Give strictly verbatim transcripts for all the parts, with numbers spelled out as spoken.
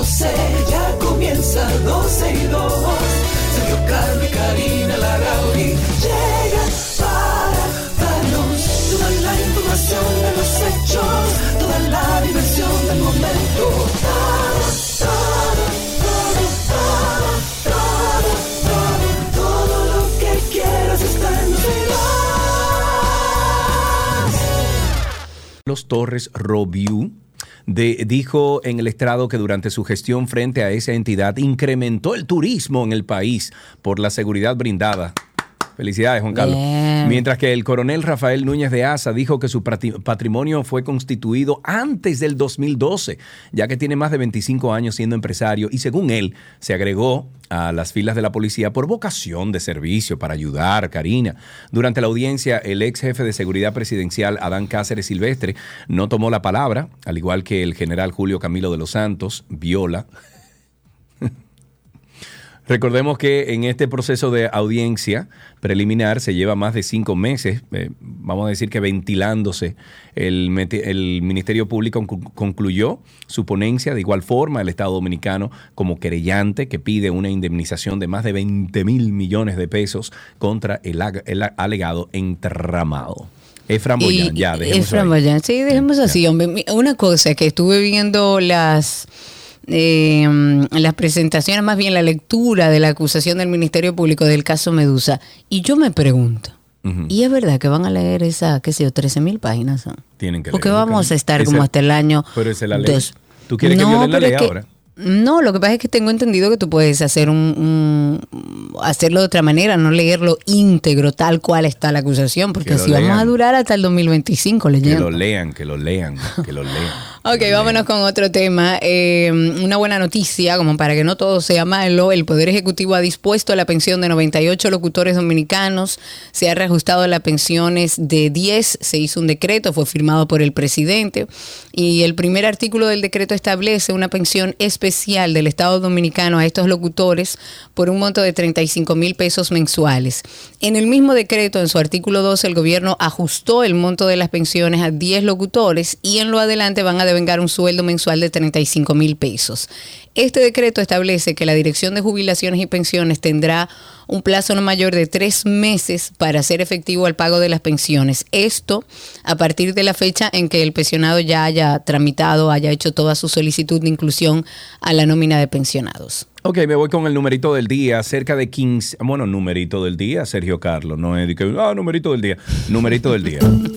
doce, ya comienza doce y dos. Sergio Carlos y Karina Larrauri llega para darnos toda la información de los hechos, toda la diversión del momento. Todo, todo, todo, todo, todo, todo, todo lo que quieras está en doce y dos. Los Torres Robiú De, dijo en el estrado que durante su gestión frente a esa entidad incrementó el turismo en el país por la seguridad brindada. Felicidades, Juan Carlos. Bien. Mientras que el coronel Rafael Núñez de Asa dijo que su patrimonio fue constituido antes del dos mil doce, ya que tiene más de veinticinco años siendo empresario y según él se agregó a las filas de la policía por vocación de servicio para ayudar, Karina. Durante la audiencia, el ex jefe de seguridad presidencial, Adán Cáceres Silvestre, no tomó la palabra, al igual que el general Julio Camilo de los Santos, Viola. Recordemos que en este proceso de audiencia preliminar se lleva más de cinco meses, eh, vamos a decir que ventilándose. El, el Ministerio Público concluyó su ponencia. De igual forma, el Estado Dominicano como querellante que pide una indemnización de más de veinte mil millones de pesos contra el, el alegado entramado. Efraín Boyán, ya, dejemos Efraín Boyán, sí, dejemos ya, así, ya. Hombre. Una cosa que estuve viendo las... Eh, las presentaciones, más bien la lectura de la acusación del Ministerio Público del caso Medusa, y yo me pregunto, uh-huh. ¿y es verdad que van a leer esa, qué sé yo, trece mil páginas? ¿No? Tienen que leer. Porque vamos que... a estar es como el... hasta el año pero esa es la ley. Dos. ¿Tú quieres no, que violen la ley que... ahora? No, lo que pasa es que tengo entendido que tú puedes hacer un, un hacerlo de otra manera, no leerlo íntegro tal cual está la acusación, porque así lean. Vamos a durar hasta el dos mil veinticinco leyendo. Que lo lean, que lo lean, que lo lean. Ok, vámonos con otro tema. Eh, una buena noticia, como para que no todo sea malo. El Poder Ejecutivo ha dispuesto la pensión de noventa y ocho locutores dominicanos. Se ha reajustado las pensiones de diez. Se hizo un decreto, fue firmado por el presidente. Y el primer artículo del decreto establece una pensión especial del Estado Dominicano a estos locutores por un monto de treinta y cinco mil pesos mensuales. En el mismo decreto, en su artículo doce, el gobierno ajustó el monto de las pensiones a diez locutores y en lo adelante van a devengar un sueldo mensual de treinta y cinco mil pesos. Este decreto establece que la Dirección de Jubilaciones y Pensiones tendrá un plazo no mayor de tres meses para hacer efectivo el pago de las pensiones. Esto a partir de la fecha en que el pensionado ya haya tramitado, haya hecho toda su solicitud de inclusión a la nómina de pensionados. Ok, me voy con el numerito del día. Cerca de quince... Bueno, numerito del día, Sergio Carlos. No es de que... Ah, numerito del día. Numerito del día.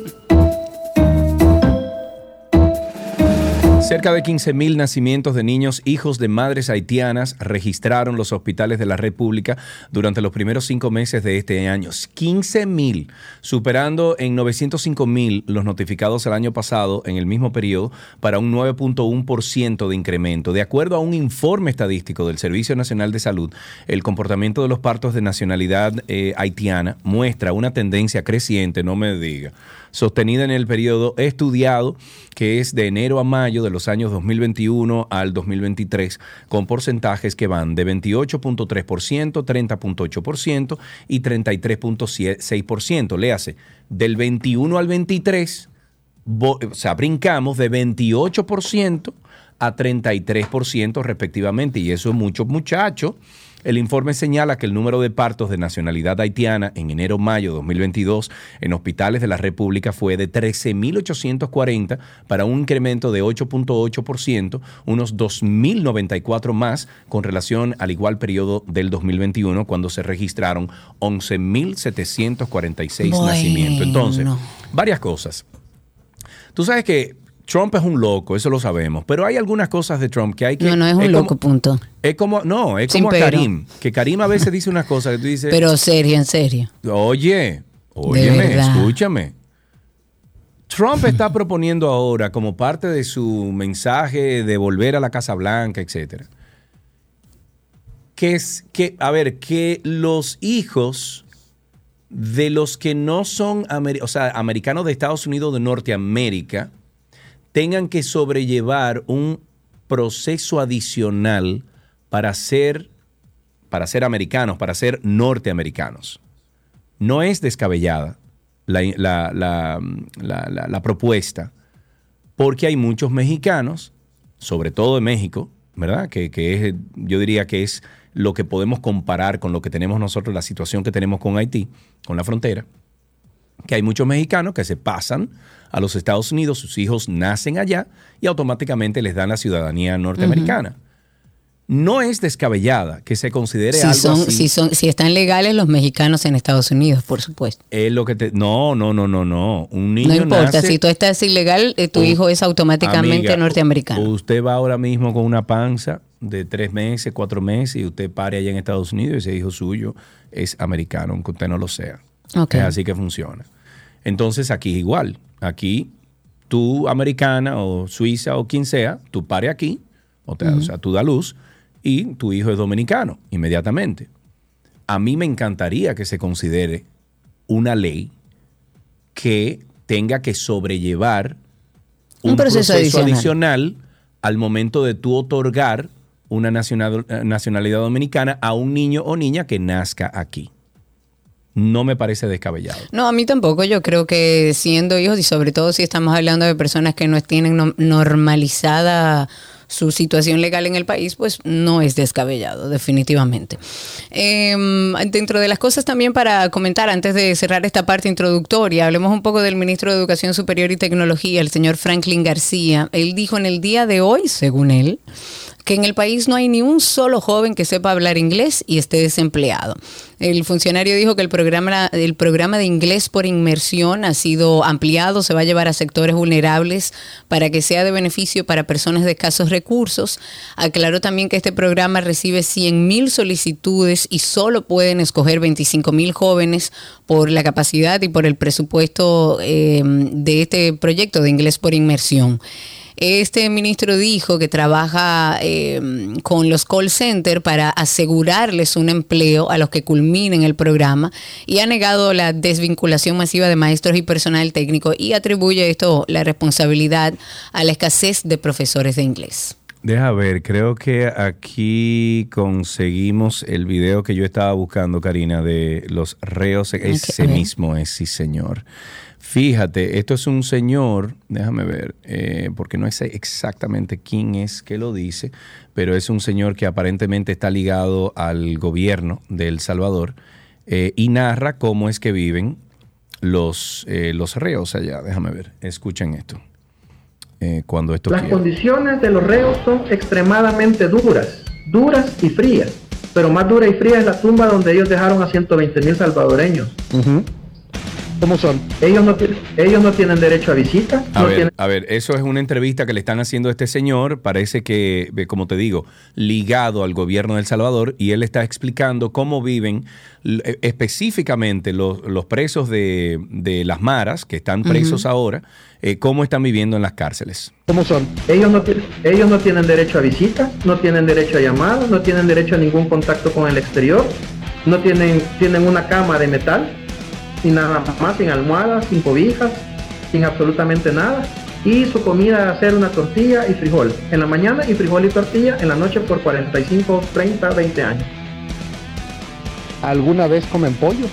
Cerca de quince mil nacimientos de niños hijos de madres haitianas registraron los hospitales de la República durante los primeros cinco meses de este año. quince mil, superando en novecientos cinco mil los notificados el año pasado en el mismo periodo para un nueve punto uno por ciento de incremento. De acuerdo a un informe estadístico del Servicio Nacional de Salud, el comportamiento de los partos de nacionalidad eh, haitiana muestra una tendencia creciente, no me diga, sostenida en el periodo estudiado, que es de enero a mayo de los años dos mil veintiuno al dos mil veintitrés, con porcentajes que van de veintiocho punto tres por ciento, treinta punto ocho por ciento y treinta y tres punto seis por ciento. Léase, del veintiuno al veintitrés, o sea, brincamos de veintiocho por ciento a treinta y tres por ciento respectivamente, y eso es mucho, muchacho. El informe señala que el número de partos de nacionalidad haitiana en enero-mayo de dos mil veintidós en hospitales de la República fue de trece mil ochocientos cuarenta para un incremento de ocho punto ocho por ciento, unos dos mil noventa y cuatro más con relación al igual periodo del dos mil veintiuno, cuando se registraron once mil setecientos cuarenta y seis bueno. nacimientos. Entonces, varias cosas. Tú sabes que Trump es un loco, eso lo sabemos, pero hay algunas cosas de Trump que hay que... No, no es un es loco, como, punto. Es como, no, es como a Karim, que Karim a veces dice unas cosas que tú dices... Pero serio, en serio. Oye, óyeme, escúchame. Trump está proponiendo ahora, como parte de su mensaje de volver a la Casa Blanca, etcétera, que es que, a ver, que los hijos de los que no son, amer, o sea, americanos de Estados Unidos de Norteamérica tengan que sobrellevar un proceso adicional para ser, para ser americanos, para ser norteamericanos. No es descabellada la, la, la, la, la, la propuesta, porque hay muchos mexicanos, sobre todo de México, ¿verdad? Que, que es, yo diría que es lo que podemos comparar con lo que tenemos nosotros, la situación que tenemos con Haití, con la frontera, que hay muchos mexicanos que se pasan a los Estados Unidos, sus hijos nacen allá y automáticamente les dan la ciudadanía norteamericana. Uh-huh. No es descabellada que se considere si algo son, así. Si, son, si están legales los mexicanos en Estados Unidos, por supuesto. Es lo que te, no, no, no, no, no. Un niño no importa, nace, si tú estás ilegal, tu oh, hijo es automáticamente amiga, norteamericano. Usted va ahora mismo con una panza de tres meses, cuatro meses, y usted pare allá en Estados Unidos y ese hijo suyo es americano, aunque usted no lo sea. Okay. Es así que funciona. Entonces aquí igual. Aquí tú, americana o suiza o quien sea, tú pare aquí, o, te, uh-huh. o sea, tú da luz, y tu hijo es dominicano inmediatamente. A mí me encantaría que se considere una ley que tenga que sobrellevar un, un proceso, proceso adicional. adicional al momento de tú otorgar una nacional, nacionalidad dominicana a un niño o niña que nazca aquí. No me parece descabellado. No, a mí tampoco. Yo creo que siendo hijos, y sobre todo si estamos hablando de personas que no tienen no, normalizada su situación legal en el país, pues no es descabellado, definitivamente. Eh, dentro de las cosas también para comentar, antes de cerrar esta parte introductoria, hablemos un poco del ministro de Educación Superior y Tecnología, el señor Franklin García. Él dijo en el día de hoy, según él, que en el país no hay ni un solo joven que sepa hablar inglés y esté desempleado. El funcionario dijo que el programa, el programa de inglés por inmersión ha sido ampliado, se va a llevar a sectores vulnerables para que sea de beneficio para personas de escasos recursos. Aclaró también que este programa recibe cien mil solicitudes y solo pueden escoger veinticinco mil jóvenes por la capacidad y por el presupuesto eh, de este proyecto de inglés por inmersión. Este ministro dijo que trabaja eh, con los call centers para asegurarles un empleo a los que culminen el programa y ha negado la desvinculación masiva de maestros y personal técnico y atribuye esto, la responsabilidad, a la escasez de profesores de inglés. Deja ver, creo que aquí conseguimos el video que yo estaba buscando, Karina, de los reos. Ese okay. mismo es, sí señor. Fíjate, esto es un señor, déjame ver, eh, porque no sé exactamente quién es que lo dice, pero es un señor que aparentemente está ligado al gobierno de El Salvador eh, y narra cómo es que viven los, eh, los reos allá. Déjame ver, escuchen esto. Eh, cuando esto Las quiere. Condiciones de los reos son extremadamente duras, duras y frías, pero más dura y fría es la tumba donde ellos dejaron a ciento veinte mil salvadoreños. Uh-huh. ¿Cómo son? Ellos no, ellos no tienen derecho a visita. A, no ver, tienen... a ver, eso es una entrevista que le están haciendo a este señor, parece que, como te digo, ligado al gobierno de El Salvador, y él está explicando cómo viven específicamente los, los presos de, de las maras, que están presos uh-huh. ahora, eh, cómo están viviendo en las cárceles. ¿Cómo son? Ellos no, ellos no tienen derecho a visita, no tienen derecho a llamadas, no tienen derecho a ningún contacto con el exterior, no tienen, tienen una cama de metal, sin nada más, sin almohadas, sin cobijas, sin absolutamente nada. Y su comida es hacer una tortilla y frijol en la mañana y frijol y tortilla en la noche por cuarenta y cinco, treinta, veinte años. ¿Alguna vez comen pollo?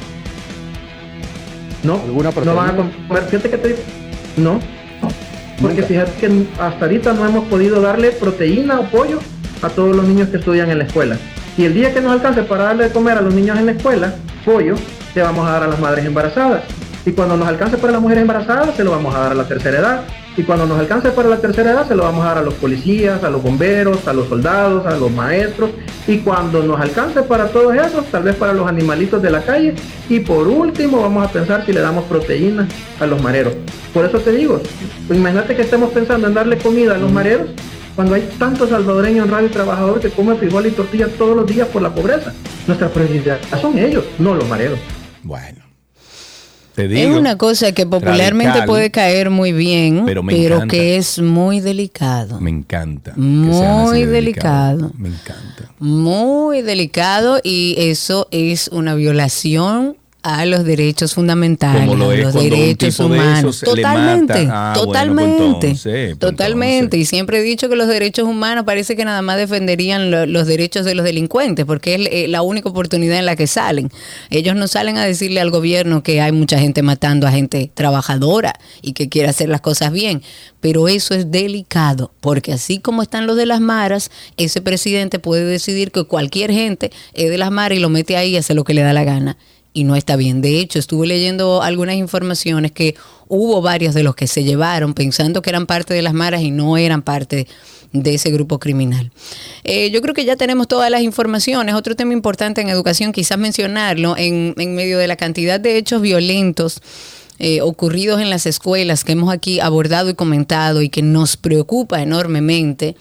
No, ¿Alguna no van a comer, fíjate que te digo, no, no, porque Nunca. Fíjate que hasta ahorita no hemos podido darle proteína o pollo a todos los niños que estudian en la escuela. Y el día que nos alcance para darle de comer a los niños en la escuela, pollo, le vamos a dar a las madres embarazadas. Y cuando nos alcance para las mujeres embarazadas, se lo vamos a dar a la tercera edad. Y cuando nos alcance para la tercera edad, se lo vamos a dar a los policías, a los bomberos, a los soldados, a los maestros. Y cuando nos alcance para todos esos, tal vez para los animalitos de la calle. Y por último, vamos a pensar si le damos proteínas a los mareros. Por eso te digo, imagínate que estemos pensando en darle comida a los mareros, cuando hay tantos salvadoreños en radio y trabajador que comen frijol y tortillas todos los días por la pobreza. Nuestra prioridad son ellos, no los mareros. Bueno, te digo, es una cosa que popularmente radical, puede caer muy bien, pero, pero que es muy delicado. Me encanta. Muy delicado. delicado. Me encanta. Muy delicado, y eso es una violación a los derechos fundamentales, como lo a es los cuando derechos un tipo de humanos. esos le Totalmente, mata. Ah, totalmente, bueno, pues entonces, pues totalmente. entonces. Y siempre he dicho que los derechos humanos parece que nada más defenderían lo, los derechos de los delincuentes, porque es eh, la única oportunidad en la que salen. Ellos no salen a decirle al gobierno que hay mucha gente matando a gente trabajadora y que quiere hacer las cosas bien. Pero eso es delicado, porque así como están los de las maras, ese presidente puede decidir que cualquier gente es de las maras y lo mete ahí y hace lo que le da la gana. Y no está bien. De hecho, estuve leyendo algunas informaciones que hubo varios de los que se llevaron pensando que eran parte de las maras y no eran parte de ese grupo criminal. Eh, yo creo que ya tenemos todas las informaciones. Otro tema importante en educación, quizás mencionarlo, en, en medio de la cantidad de hechos violentos eh, ocurridos en las escuelas que hemos aquí abordado y comentado y que nos preocupa enormemente.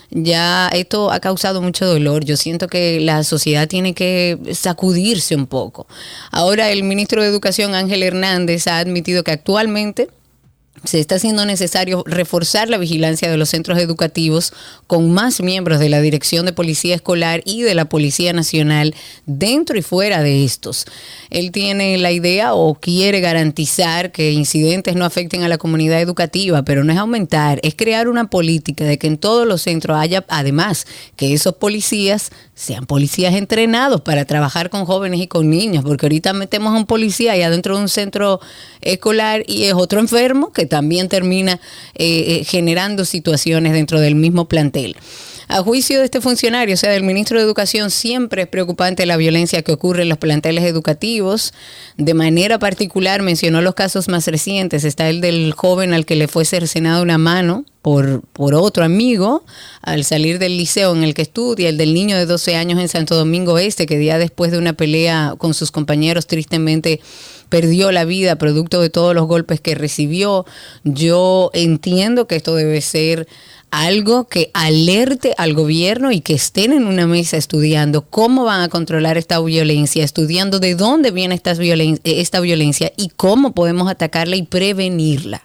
Ya esto ha causado mucho dolor. Yo siento que la sociedad tiene que sacudirse un poco. Ahora el ministro de Educación, Ángel Hernández, ha admitido que actualmente se está haciendo necesario reforzar la vigilancia de los centros educativos con más miembros de la Dirección de Policía Escolar y de la Policía Nacional dentro y fuera de estos. Él tiene la idea o quiere garantizar que incidentes no afecten a la comunidad educativa, pero no es aumentar, es crear una política de que en todos los centros haya, además, que esos policías sean policías entrenados para trabajar con jóvenes y con niños, porque ahorita metemos a un policía allá dentro de un centro escolar y es otro enfermo que también termina eh, generando situaciones dentro del mismo plantel. A juicio de este funcionario, o sea, del ministro de Educación, siempre es preocupante la violencia que ocurre en los planteles educativos. De manera particular, mencionó los casos más recientes. Está el del joven al que le fue cercenada una mano por, por otro amigo al salir del liceo en el que estudia, el del niño de doce años en Santo Domingo Este, que día después de una pelea con sus compañeros tristemente perdió la vida producto de todos los golpes que recibió. Yo entiendo que esto debe ser algo que alerte al gobierno y que estén en una mesa estudiando cómo van a controlar esta violencia, estudiando de dónde viene esta violencia, esta violencia y cómo podemos atacarla y prevenirla.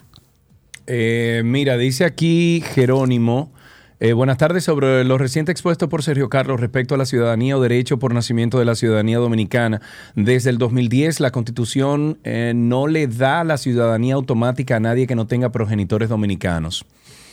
Eh, mira, dice aquí Jerónimo, eh, buenas tardes, sobre lo reciente expuesto por Sergio Carlos respecto a la ciudadanía o derecho por nacimiento de la ciudadanía dominicana. Desde el dos mil diez la Constitución eh, no le da la ciudadanía automática a nadie que no tenga progenitores dominicanos.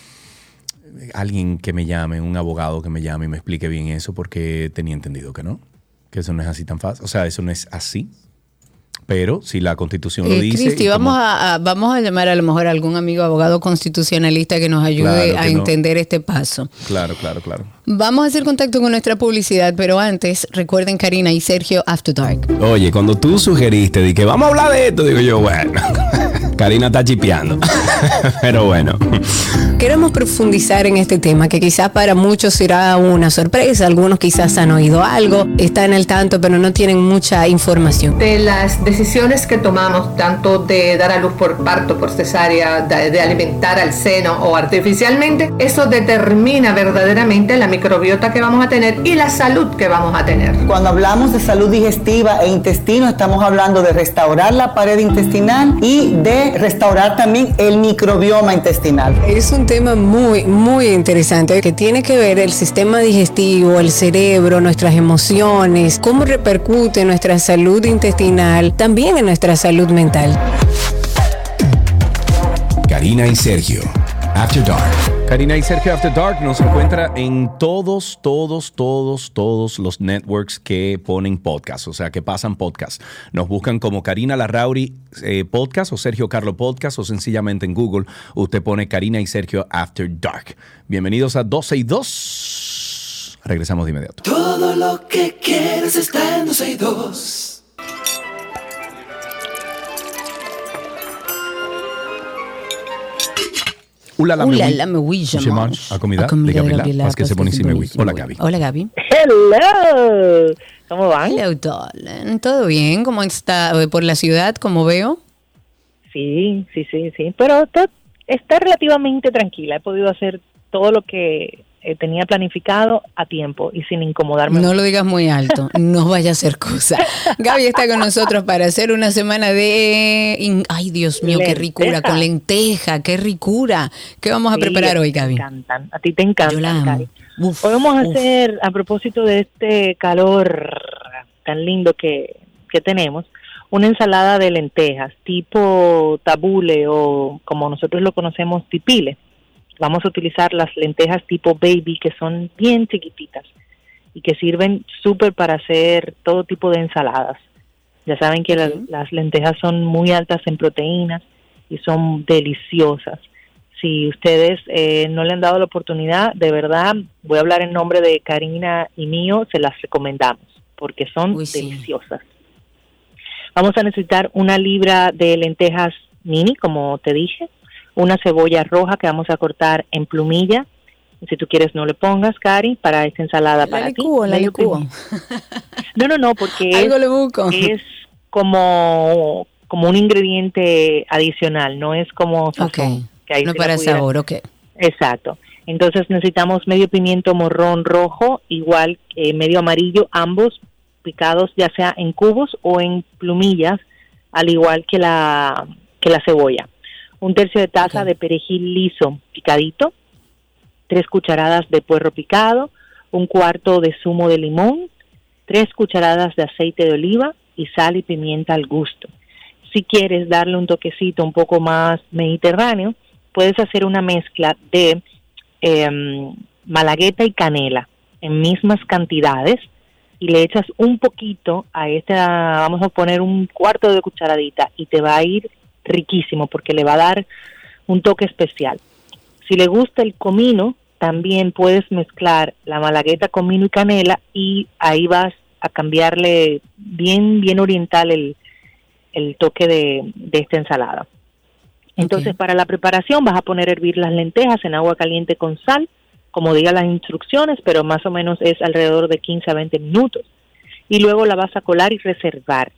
Alguien que me llame, un abogado que me llame y me explique bien eso, porque tenía entendido que no, que eso no es así tan fácil. O sea, eso no es así. Pero si la Constitución lo eh, dice... Cristi, vamos, como... a, a, vamos a llamar a lo mejor a algún amigo abogado constitucionalista que nos ayude Claro que a no. entender este paso. Claro, claro, claro. Vamos a hacer contacto con nuestra publicidad, pero antes, recuerden Karina y Sergio After Dark. Oye, cuando tú sugeriste de que vamos a hablar de esto, digo yo, bueno, Karina está chipeando. Pero bueno. Queremos profundizar en este tema que quizás para muchos será una sorpresa, algunos quizás han oído algo, están al tanto, pero no tienen mucha información. De las decisiones que tomamos, tanto de dar a luz por parto, por cesárea, de, de alimentar al seno o artificialmente, eso determina verdaderamente la microbiota que vamos a tener y la salud que vamos a tener. Cuando hablamos de salud digestiva e intestino, estamos hablando de restaurar la pared intestinal y de restaurar también el microbioma intestinal. Es un tema muy, muy interesante que tiene que ver el sistema digestivo, el cerebro, nuestras emociones, cómo repercute nuestra salud intestinal, también en nuestra salud mental. Karina y Sergio, After Dark. Karina y Sergio After Dark nos encuentra en todos, todos, todos, todos los networks que ponen podcast, o sea, que pasan podcast. Nos buscan como Karina Larrauri eh, Podcast o Sergio Carlo Podcast o sencillamente en Google usted pone Karina y Sergio After Dark. Bienvenidos a doce y dos. Regresamos de inmediato. Todo lo que quieres está en doce y dos. Hola, la Hola, me la me oui, je mange. A comida, A comida de de Gabriela, Gabriela, parce que c'est parce que buenísimo, c'est oui. Hola, buenísimo, Gaby. Hola, Gaby. Hello, ¿cómo van? Hello, darling. ¿Todo bien? ¿Cómo está por la ciudad, como veo? Sí, sí, sí, sí, pero todo está relativamente tranquila. He podido hacer todo lo que eh, tenía planificado a tiempo y sin incomodarme. No lo digas muy alto, no vaya a ser cosa. Gaby está con nosotros para hacer una semana de... Ay, Dios mío, qué ricura, Lenteja. con lenteja, qué ricura. ¿Qué vamos a Sí, preparar hoy, te Gaby? encantan, a ti te encantan, Yo la amo. Cari. Uf, Hoy vamos a uf. hacer, a propósito de este calor tan lindo que, que tenemos, una ensalada de lentejas tipo tabule o como nosotros lo conocemos tipile. Vamos a utilizar las lentejas tipo baby que son bien chiquititas y que sirven súper para hacer todo tipo de ensaladas. Ya saben que la, las lentejas son muy altas en proteínas y son deliciosas. Si ustedes eh, no le han dado la oportunidad, de verdad, voy a hablar en nombre de Karina y mío, se las recomendamos porque son Uy, deliciosas. Sí. Vamos a necesitar una libra de lentejas mini, como te dije, una cebolla roja que vamos a cortar en plumilla. Si tú quieres no le pongas, Cari, para esta ensalada la para licuo, ti. La licuo. No, no, no, porque Algo es, le busco. es como, como un ingrediente adicional, no es como sazón. Okay. Que ahí no si para pudiera... sabor, ok. Exacto. Entonces necesitamos medio pimiento morrón rojo, igual eh, medio amarillo, ambos picados ya sea en cubos o en plumillas, al igual que la, que la cebolla. Un tercio de taza okay. de perejil liso picadito, tres cucharadas de puerro picado, un cuarto de zumo de limón, tres cucharadas de aceite de oliva y sal y pimienta al gusto. Si quieres darle un toquecito un poco más mediterráneo, puedes hacer una mezcla de eh, malagueta y canela en mismas cantidades y le echas un poquito a esta, vamos a poner un cuarto de cucharadita y te va a ir riquísimo porque le va a dar un toque especial. Si le gusta el comino, también puedes mezclar la malagueta, comino y canela y ahí vas a cambiarle bien, bien oriental el, el toque de, de esta ensalada. Entonces, okay. para la preparación vas a poner a hervir las lentejas en agua caliente con sal, como diga las instrucciones, pero más o menos es alrededor de quince a veinte minutos. Y luego la vas a colar y reservar.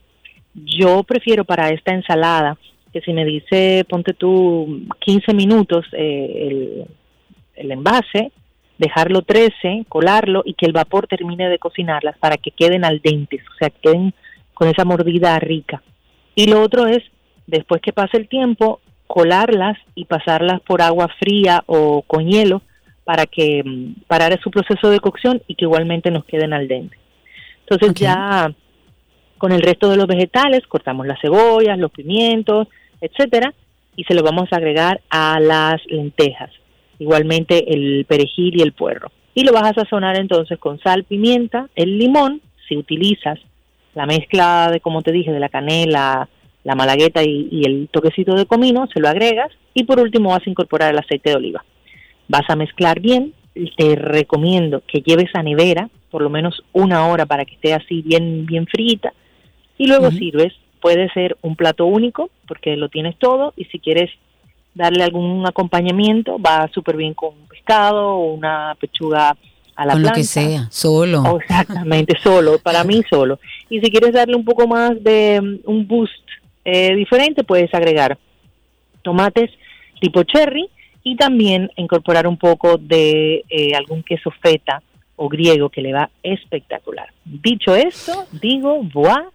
Yo prefiero para esta ensalada que si me dice, ponte tú quince minutos eh, el, el envase, dejarlo trece, colarlo y que el vapor termine de cocinarlas para que queden al dente, o sea, queden con esa mordida rica. Y lo otro es, después que pase el tiempo, colarlas y pasarlas por agua fría o con hielo para que parar su proceso de cocción y que igualmente nos queden al dente. Entonces okay. ya con el resto de los vegetales cortamos las cebollas, los pimientos, etcétera, y se lo vamos a agregar a las lentejas. Igualmente el perejil y el puerro. Y lo vas a sazonar entonces con sal, pimienta, el limón, si utilizas la mezcla de, como te dije, de la canela, la malagueta y, y el toquecito de comino, se lo agregas y por último vas a incorporar el aceite de oliva. Vas a mezclar bien, te recomiendo que lleves a nevera por lo menos una hora para que esté así bien, bien frita y luego uh-huh. sirves. Puede ser un plato único porque lo tienes todo y si quieres darle algún acompañamiento, va súper bien con un pescado o una pechuga a la con plancha. Lo que sea, solo. Oh, exactamente, solo, para mí solo. Y si quieres darle un poco más de um, un boost eh, diferente, puedes agregar tomates tipo cherry y también incorporar un poco de eh, algún queso feta o griego que le va espectacular. Dicho esto, digo, voilà.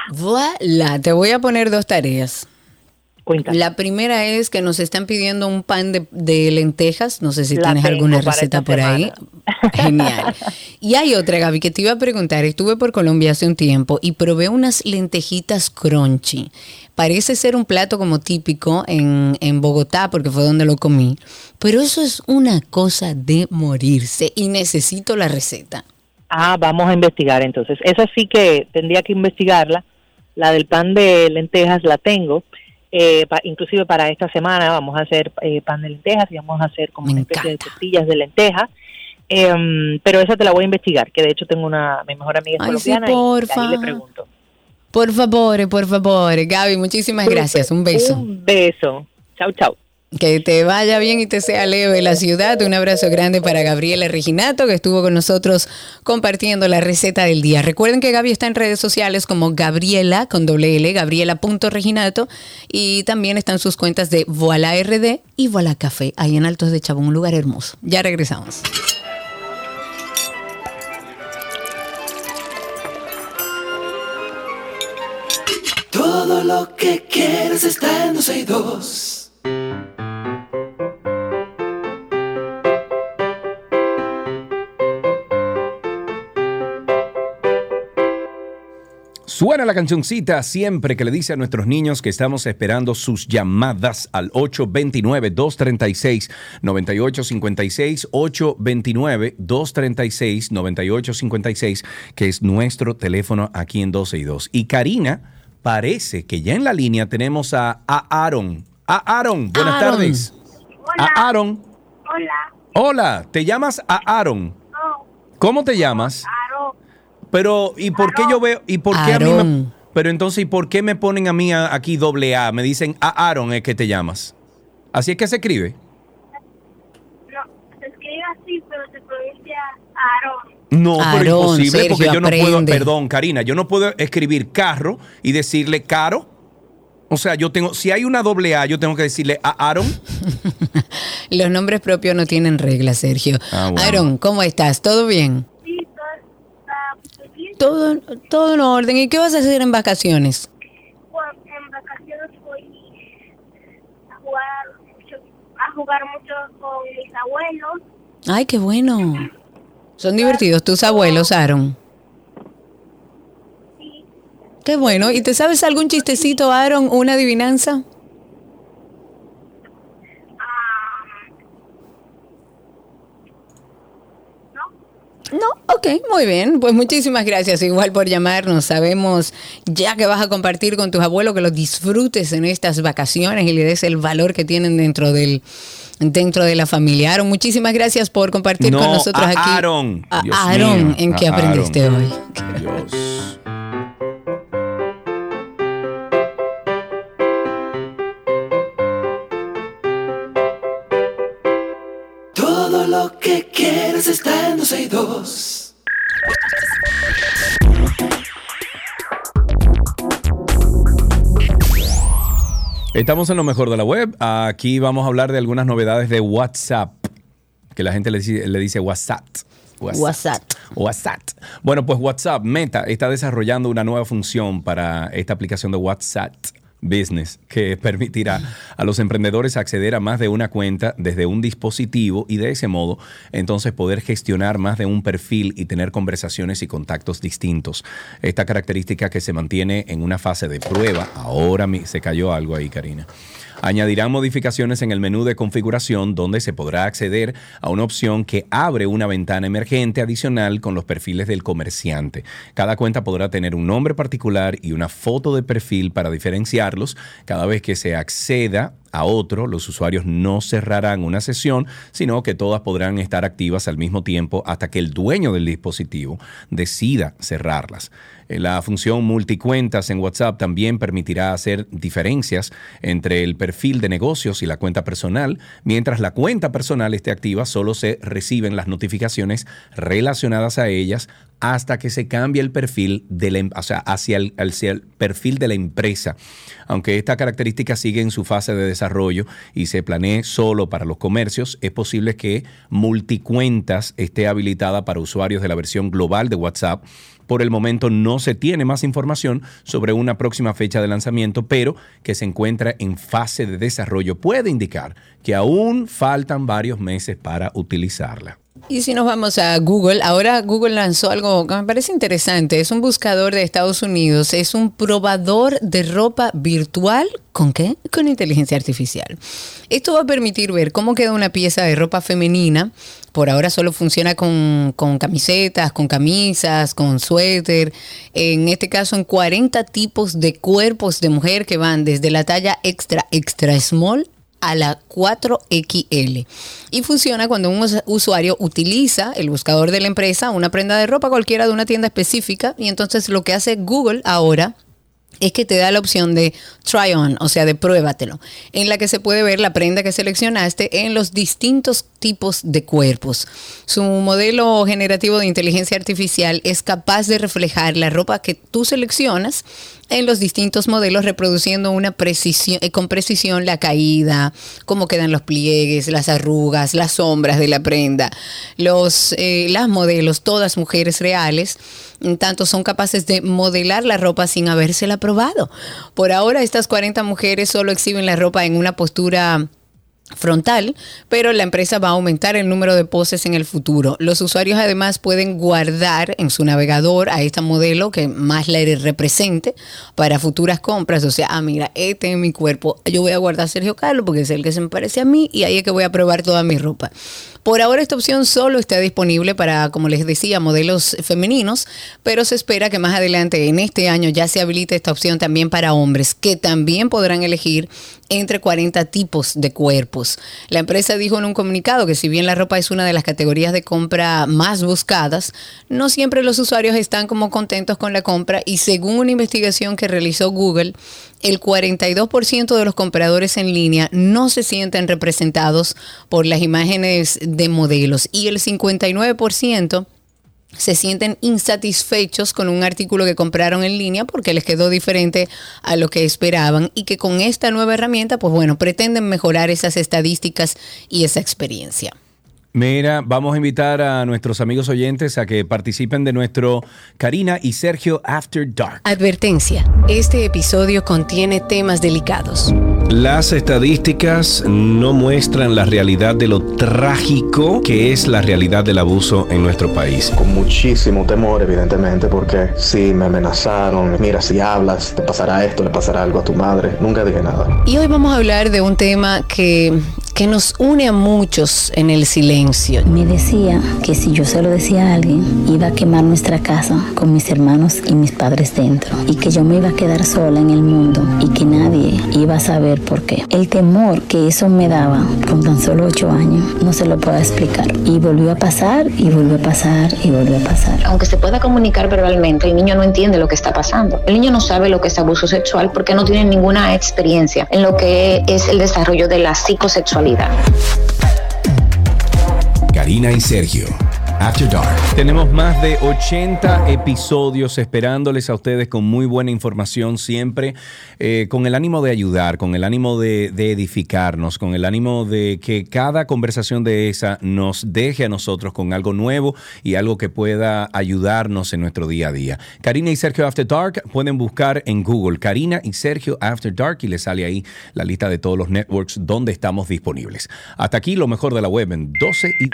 Voilà, te voy a poner dos tareas. Cuéntame. La primera es que nos están pidiendo un pan de, de lentejas. No sé si La tienes alguna receta por semana. ahí. Genial. Y hay otra, Gaby, que te iba a preguntar. Estuve por Colombia hace un tiempo y probé unas lentejitas crunchy. Parece ser un plato como típico en, en Bogotá, porque fue donde lo comí. Pero eso es una cosa de morirse y necesito la receta. Ah, vamos a investigar entonces. Esa sí que tendría que investigarla. La del pan de lentejas la tengo. Eh, pa, inclusive para esta semana vamos a hacer eh, pan de lentejas y vamos a hacer como una especie de tortillas de lentejas, eh, pero esa te la voy a investigar, que de hecho tengo una, mi mejor amiga es Ay, colombiana sí, porfa. y ahí le pregunto. Por favor, por favor, Gaby, muchísimas Super, gracias, un beso. Un beso, chau chau. Que te vaya bien y te sea leve la ciudad. Un abrazo grande para Gabriela Reginato, que estuvo con nosotros compartiendo la receta del día. Recuerden que Gaby está en redes sociales como Gabriela, con doble L, gabriela.reginato. Y también están sus cuentas de Voilà R D y Voilà Café, ahí en Altos de Chabón, un lugar hermoso. Ya regresamos. Todo lo que quieres está en dos y dos. Suena la cancioncita siempre que le dice a nuestros niños que estamos esperando sus llamadas al ocho dos nueve, dos tres seis, nueve ocho cinco seis, ocho dos nueve, dos tres seis, nueve ocho cinco seis, que es nuestro teléfono aquí en doce y dos. Y Karina, parece que ya en la línea tenemos a, a Aaron. A Aaron, buenas Aaron. tardes. Hola. A Aaron. Hola. Hola, ¿te llamas a Aaron? No. ¿Cómo te llamas? Aaron. Pero, ¿y por qué yo veo, y por qué a mí Aaron. me, pero entonces, ¿y por qué me ponen a mí a- aquí doble A? Me dicen, a Aaron es que te llamas. Así es que se escribe. No, se escribe así, pero se pronuncia Aaron. No, pero Aarón, imposible, Sergio, porque yo no puedo, aprende. perdón, Karina, yo no puedo escribir carro y decirle caro. O sea, yo tengo, si hay una doble A, yo tengo que decirle a Aaron. Los nombres propios no tienen reglas, Sergio. Ah, bueno. Aaron, ¿cómo estás? ¿Todo bien? Sí, todo está muy bien. Todo, todo en orden. ¿Y qué vas a hacer en vacaciones? Cuando en vacaciones voy a jugar mucho, a jugar mucho con mis abuelos. Ay, qué bueno. Son divertidos tus abuelos, Aaron. Sí, Qué bueno. ¿Y te sabes algún chistecito, Aaron? ¿Una adivinanza? ah, ¿no? No, ok, muy bien. Pues muchísimas gracias igual por llamarnos. Sabemos ya que vas a compartir con tus abuelos, que los disfrutes en estas vacaciones y le des el valor que tienen dentro del dentro de la familia. Aaron, muchísimas gracias por compartir No, con nosotros a aquí. Aaron. A Dios Aaron, mío, ¿en a qué aprendiste Aaron. hoy? Dios. Todo lo que quieres está en doce y dos. Estamos en lo mejor de la web. Aquí vamos a hablar de algunas novedades de WhatsApp, que la gente le dice, le dice WhatsApp. WhatsApp. WhatsApp. Bueno, pues WhatsApp, Meta, está desarrollando una nueva función para esta aplicación de WhatsApp Business que permitirá a los emprendedores acceder a más de una cuenta desde un dispositivo y de ese modo entonces poder gestionar más de un perfil y tener conversaciones y contactos distintos. Esta característica que se mantiene en una fase de prueba, ahora mi- se cayó algo ahí, Karina. Añadirán modificaciones en el menú de configuración donde se podrá acceder a una opción que abre una ventana emergente adicional con los perfiles del comerciante. Cada cuenta podrá tener un nombre particular y una foto de perfil para diferenciarlos. Cada vez que se acceda a otro, los usuarios no cerrarán una sesión, sino que todas podrán estar activas al mismo tiempo hasta que el dueño del dispositivo decida cerrarlas. Eh, La función multicuentas en WhatsApp también permitirá hacer diferencias entre el perfil de negocios y la cuenta personal. Mientras la cuenta personal esté activa, solo se reciben las notificaciones relacionadas a ellas hasta que se cambie el perfil de la, em- o sea, hacia el, hacia el perfil de la empresa. Aunque esta característica sigue en su fase de desarrollo y se planee solo para los comercios, es posible que multicuentas esté habilitada para usuarios de la versión global de WhatsApp. Por el momento no se tiene más información sobre una próxima fecha de lanzamiento, pero que se encuentra en fase de desarrollo puede indicar que aún faltan varios meses para utilizarla. Y si nos vamos a Google, ahora Google lanzó algo que me parece interesante. Es un buscador de Estados Unidos, es un probador de ropa virtual. ¿Con qué? Con inteligencia artificial. Esto va a permitir ver cómo queda una pieza de ropa femenina. Por ahora solo funciona con, con camisetas, con camisas, con suéter. En este caso, en cuarenta tipos de cuerpos de mujer que van desde la talla extra, extra small a la cuatro equis ele. Y funciona cuando un us- usuario utiliza el buscador de la empresa, una prenda de ropa cualquiera de una tienda específica, y entonces lo que hace Google ahora es que te da la opción de try on, o sea, de pruébatelo, en la que se puede ver la prenda que seleccionaste en los distintos tipos de cuerpos. Su modelo generativo de inteligencia artificial es capaz de reflejar la ropa que tú seleccionas en los distintos modelos, reproduciendo una precisión, eh, con precisión la caída, cómo quedan los pliegues, las arrugas, las sombras de la prenda. Los, eh, las modelos, todas mujeres reales, en tanto son capaces de modelar la ropa sin habérsela probado. Por ahora, estas cuarenta mujeres solo exhiben la ropa en una postura frontal, pero la empresa va a aumentar el número de poses en el futuro. Los usuarios además pueden guardar en su navegador a esta modelo que más la represente para futuras compras. O sea, ah, mira, este es mi cuerpo. Yo voy a guardar a Sergio Carlos porque es el que se me parece a mí y ahí es que voy a probar toda mi ropa. Por ahora esta opción solo está disponible para, como les decía, modelos femeninos, pero se espera que más adelante en este año ya se habilite esta opción también para hombres, que también podrán elegir entre cuarenta tipos de cuerpos. La empresa dijo en un comunicado que si bien la ropa es una de las categorías de compra más buscadas, no siempre los usuarios están como contentos con la compra y según una investigación que realizó Google, el cuarenta y dos por ciento de los compradores en línea no se sienten representados por las imágenes de modelos y el cincuenta y nueve por ciento se sienten insatisfechos con un artículo que compraron en línea porque les quedó diferente a lo que esperaban y que con esta nueva herramienta, pues bueno, pretenden mejorar esas estadísticas y esa experiencia. Mira, vamos a invitar a nuestros amigos oyentes a que participen de nuestro Karina y Sergio After Dark. Advertencia, este episodio contiene temas delicados. Las estadísticas no muestran la realidad de lo trágico que es la realidad del abuso en nuestro país. Con muchísimo temor, evidentemente, porque sí, me amenazaron. Mira, si hablas, te pasará esto, le pasará algo a tu madre. Nunca dije nada. Y hoy vamos a hablar de un tema que, que nos une a muchos en el silencio. Me decía que si yo se lo decía a alguien, iba a quemar nuestra casa con mis hermanos y mis padres dentro. Y que yo me iba a quedar sola en el mundo y que nadie iba a saber por qué. El temor que eso me daba con tan solo ocho años, no se lo puedo explicar. Y volvió a pasar, y volvió a pasar, y volvió a pasar. Aunque se pueda comunicar verbalmente, el niño no entiende lo que está pasando. El niño no sabe lo que es abuso sexual porque no tiene ninguna experiencia en lo que es el desarrollo de la psicosexualidad. Karina y Sergio, After Dark. Tenemos más de ochenta episodios esperándoles a ustedes con muy buena información siempre, eh, con el ánimo de ayudar, con el ánimo de, de edificarnos, con el ánimo de que cada conversación de esa nos deje a nosotros con algo nuevo y algo que pueda ayudarnos en nuestro día a día. Karina y Sergio After Dark, pueden buscar en Google Karina y Sergio After Dark y les sale ahí la lista de todos los networks donde estamos disponibles. Hasta aquí lo mejor de la web en doce y...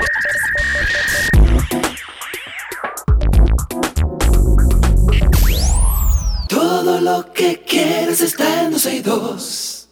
Todo lo que quieres está en doce y dos.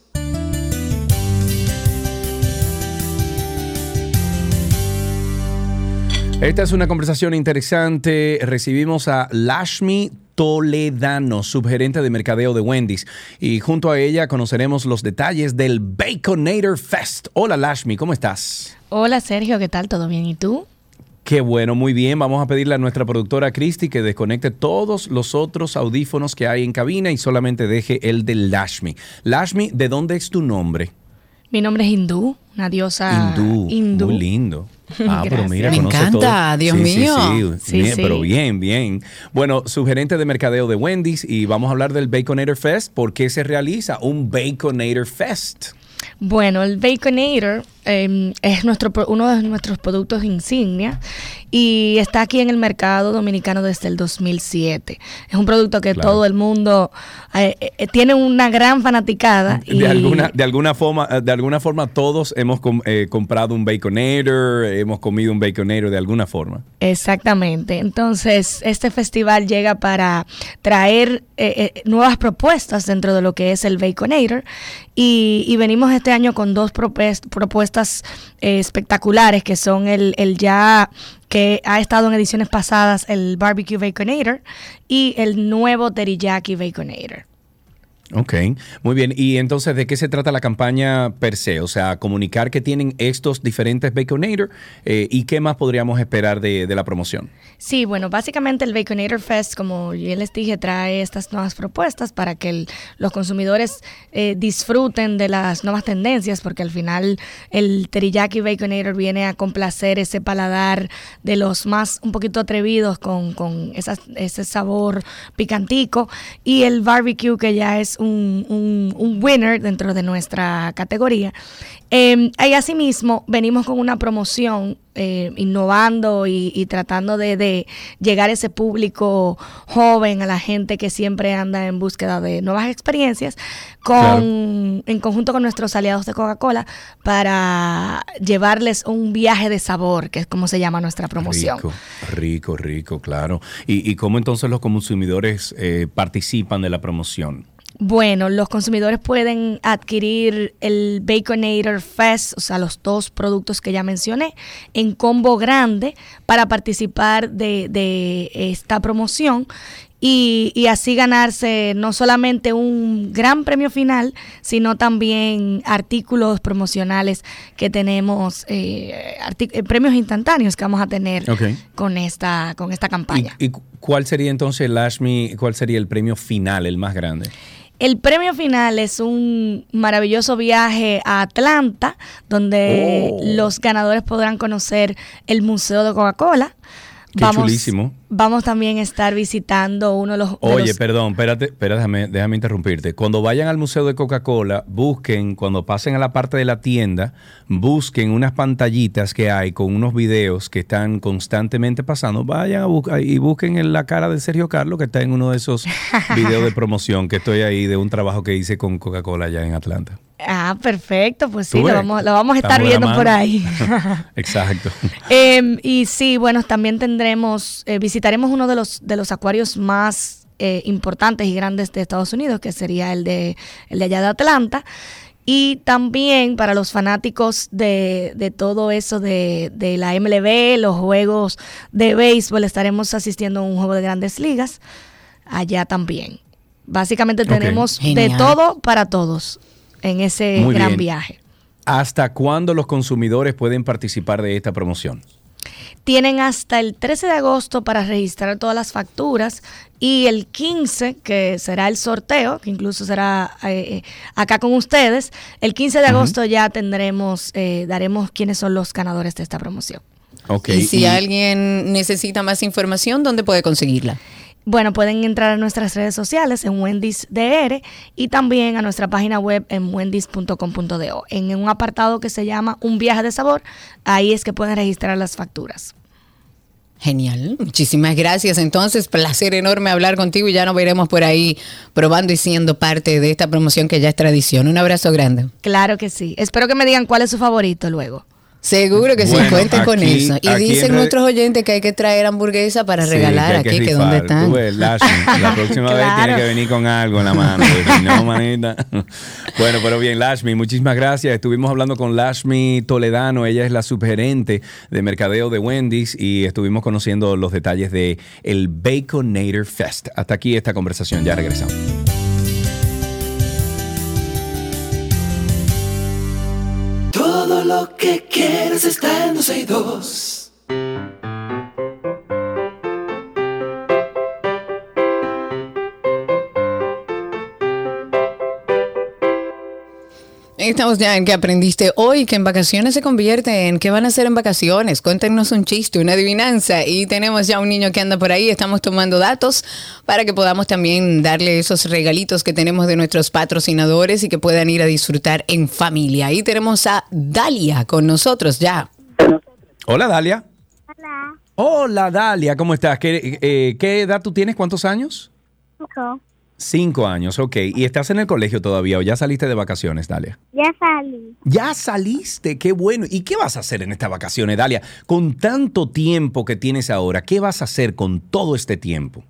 Esta es una conversación interesante. Recibimos a Lashmi Toledano, subgerente de mercadeo de Wendy's, y junto a ella conoceremos los detalles del Baconator Fest. Hola Lashmi, ¿cómo estás? Hola Sergio, ¿qué tal? ¿Todo bien? ¿Y tú? Qué bueno, muy bien. Vamos a pedirle a nuestra productora Cristi que desconecte todos los otros audífonos que hay en cabina y solamente deje el de Lashmi. Lashmi, ¿de dónde es tu nombre? Mi nombre es Hindú, una diosa hindú. hindú. Muy lindo. Ah, pero mira, me conoce encanta, todo. Dios sí, mío. Sí, sí, Sí, bien, sí. Pero bien, bien. Bueno, subgerente de mercadeo de Wendy's y vamos a hablar del Baconator Fest. ¿Por qué se realiza un Baconator Fest? Bueno, el Baconator eh, es nuestro uno de nuestros productos insignia y está aquí en el mercado dominicano desde el dos mil siete. Es un producto que Claro. todo el mundo eh, eh, tiene una gran fanaticada. De y alguna, de alguna forma, de alguna forma todos hemos com- eh, comprado un Baconator, hemos comido un Baconator de alguna forma. Exactamente. Entonces, este festival llega para traer eh, eh, nuevas propuestas dentro de lo que es el Baconator y, y venimos este año con dos propes- propuestas eh, espectaculares que son el, el ya que ha estado en ediciones pasadas, el Barbecue Baconator y el nuevo Teriyaki Baconator. Ok, muy bien. Y entonces, ¿de qué se trata la campaña per se? O sea, comunicar que tienen estos diferentes Baconator eh, y qué más podríamos esperar de, de la promoción. Sí, bueno, básicamente el Baconator Fest, como ya les dije, trae estas nuevas propuestas para que el, los consumidores eh, disfruten de las nuevas tendencias, porque al final el Teriyaki Baconator viene a complacer ese paladar de los más un poquito atrevidos con, con esas, ese sabor picantico, y el barbecue, que ya es un, un, un winner dentro de nuestra categoría. Eh, y asimismo, venimos con una promoción eh, innovando y, y tratando de, de llegar a ese público joven, a la gente que siempre anda en búsqueda de nuevas experiencias, con claro. en conjunto con nuestros aliados de Coca-Cola, para llevarles un viaje de sabor, que es como se llama nuestra promoción. Rico, rico, rico, claro. ¿Y, y cómo entonces los consumidores eh, participan de la promoción? Bueno, los consumidores pueden adquirir el Baconator Fest, o sea, los dos productos que ya mencioné, en combo grande para participar de, de esta promoción y, y así ganarse no solamente un gran premio final, sino también artículos promocionales que tenemos, eh, artic- premios instantáneos que vamos a tener okay. con esta con esta campaña. ¿Y, y cuál sería entonces, Lashmi, cuál sería el premio final, el más grande? El premio final es un maravilloso viaje a Atlanta, donde oh. los ganadores podrán conocer el Museo de Coca-Cola. Qué vamos, chulísimo. Vamos también a estar visitando uno de los... De Oye, los... perdón, espérate, espérate déjame, déjame interrumpirte. Cuando vayan al Museo de Coca-Cola, busquen, cuando pasen a la parte de la tienda, busquen unas pantallitas que hay con unos videos que están constantemente pasando. Vayan a buscar y busquen en la cara de Sergio Carlos, que está en uno de esos videos de promoción que estoy ahí, de un trabajo que hice con Coca-Cola allá en Atlanta. Ah, perfecto, pues sí, lo vamos, lo vamos a estar viendo por ahí. Exacto. eh, y sí, bueno, también tendremos, eh, visitaremos uno de los de los acuarios más eh, importantes y grandes de Estados Unidos, que sería el de el de allá de Atlanta. Y también para los fanáticos de, de todo eso de, de la M L B, los juegos de béisbol, estaremos asistiendo a un juego de Grandes Ligas allá también. Básicamente tenemos okay. de todo para todos en ese Muy gran bien. viaje. ¿Hasta cuándo los consumidores pueden participar de esta promoción? Tienen hasta el trece de agosto para registrar todas las facturas y el quince, que será el sorteo, que incluso será eh, acá con ustedes, el quince de agosto uh-huh. ya tendremos, eh, daremos quiénes son los ganadores de esta promoción. Okay. Y si y... alguien necesita más información, ¿dónde puede conseguirla? Bueno, pueden entrar a nuestras redes sociales en Wendy's D R y también a nuestra página web en wendys punto com punto do. En un apartado que se llama Un viaje de sabor, ahí es que pueden registrar las facturas. Genial, muchísimas gracias. Entonces, placer enorme hablar contigo y ya nos veremos por ahí probando y siendo parte de esta promoción que ya es tradición. Un abrazo grande. Claro que sí. Espero que me digan cuál es su favorito luego. Seguro que bueno, sí, cuenten aquí, con eso. Y dicen nuestros oyentes que hay que traer hamburguesa para sí, regalar que que aquí, que dónde están. Tú ves, Lashmi, la próxima claro. vez tiene que venir con algo en la mano. Si no, manita. Bueno, pero bien, Lashmi, muchísimas gracias. Estuvimos hablando con Lashmi Toledano. Ella es la subgerente de mercadeo de Wendy's y estuvimos conociendo los detalles de el Baconator Fest. Hasta aquí esta conversación. Ya regresamos. Todo lo que quieres está en doce y dos. Estamos ya en ¿Qué aprendiste hoy? Que en vacaciones se convierte en ¿qué van a hacer en vacaciones? Cuéntenos un chiste, una adivinanza. Y tenemos ya un niño que anda por ahí. Estamos tomando datos para que podamos también darle esos regalitos que tenemos de nuestros patrocinadores y que puedan ir a disfrutar en familia. Ahí tenemos a Dalia con nosotros ya. Hola, Dalia. Hola. Hola, Dalia. ¿Cómo estás? ¿Qué, eh, ¿qué edad tú tienes? ¿Cuántos años? Cinco. Cinco años, ok. ¿Y estás en el colegio todavía o ya saliste de vacaciones, Dalia? Ya salí. Ya saliste, qué bueno. ¿Y qué vas a hacer en estas vacaciones, Dalia? Con tanto tiempo que tienes ahora, ¿qué vas a hacer con todo este tiempo?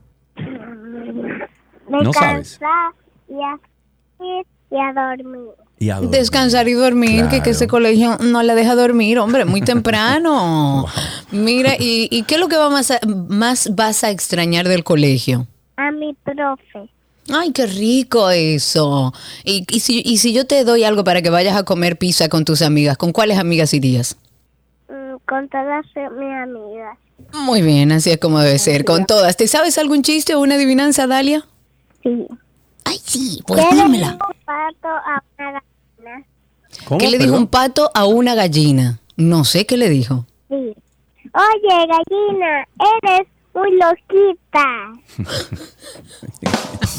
No sabes. Y a, y a dormir. Y a dormir. Descansar y dormir, claro. que, que ese colegio no la deja dormir, hombre, muy temprano. Wow. Mira, ¿y, ¿y qué es lo que va más, a, más vas a extrañar del colegio? A mi profe. Ay, qué rico eso. Y, y, si, y si yo te doy algo para que vayas a comer pizza con tus amigas, ¿con cuáles amigas irías? Mm, con todas mis amigas. Muy bien, así es como debe ser, con todas. ¿Te sabes algún chiste o una adivinanza, Dalia? Sí. Ay, sí, pues dímela. ¿Qué le dijo un pato a una gallina? ¿Cómo? ¿Qué le dijo un pato a una gallina? No sé qué le dijo. Sí. Oye, gallina, eres muy loquita.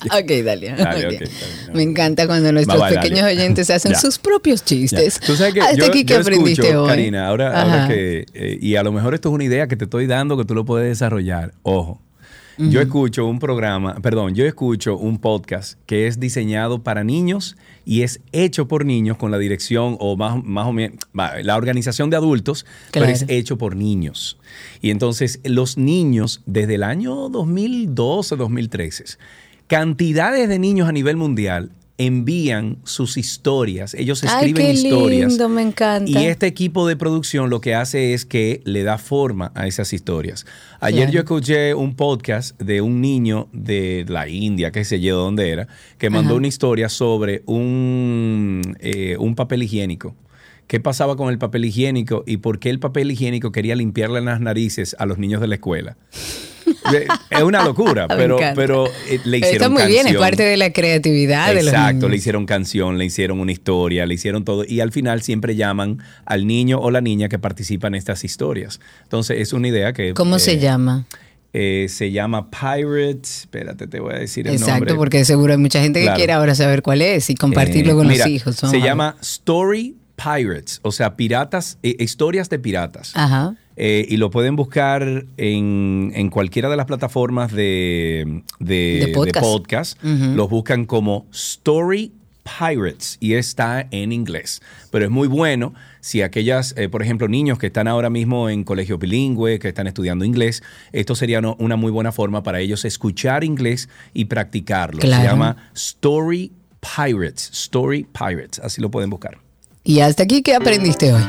Ok, Dalia. Dale, Okay. okay, Me encanta cuando nuestros Bye, bye, pequeños Dalia. oyentes hacen Ya. sus propios chistes. Ya. Tú sabes que Hasta yo, aquí que yo aprendiste escucho, hoy. Karina, ahora, ahora Ajá. que, eh, y a lo mejor esto es una idea que te estoy dando que tú lo puedes desarrollar. Ojo. Yo escucho un programa, perdón, yo escucho un podcast que es diseñado para niños y es hecho por niños con la dirección o más, más o menos la organización de adultos, Claro. pero es hecho por niños. Y entonces los niños desde el año dos mil doce, dos mil trece, cantidades de niños a nivel mundial envían sus historias, ellos escriben Ay, qué historias. lindo, me encanta. Y este equipo de producción lo que hace es que le da forma a esas historias. Ayer Claro. yo escuché un podcast de un niño de la India, qué sé yo dónde era, que mandó Ajá. una historia sobre un, eh, un papel higiénico. ¿Qué pasaba con el papel higiénico y por qué el papel higiénico quería limpiarle las narices a los niños de la escuela? Es una locura, Me pero, encanta. pero eh, le hicieron Está muy canción. bien, es parte de la creatividad de los Exacto, niños. le hicieron canción, le hicieron una historia, le hicieron todo y al final siempre llaman al niño o la niña que participa en estas historias. Entonces es una idea que... ¿Cómo eh, se llama? eh, se llama Pirates, espérate, te voy a decir el Exacto, nombre. porque seguro hay mucha gente que Claro. quiere ahora saber cuál es y compartirlo Eh, con mira, los hijos. Vamos Se a ver. llama Story Pirates, o sea, piratas, eh, historias de piratas. Ajá. Eh, y lo pueden buscar en, en cualquiera de las plataformas de, de, De podcast. de podcast. Ujú. Los buscan como Story Pirates y está en inglés. Pero es muy bueno si aquellas, eh, por ejemplo, niños que están ahora mismo en colegio bilingüe, que están estudiando inglés, esto sería no- una muy buena forma para ellos escuchar inglés y practicarlo. Claro. Se llama Story Pirates. Story Pirates. Así lo pueden buscar. Y hasta aquí, ¿qué aprendiste hoy?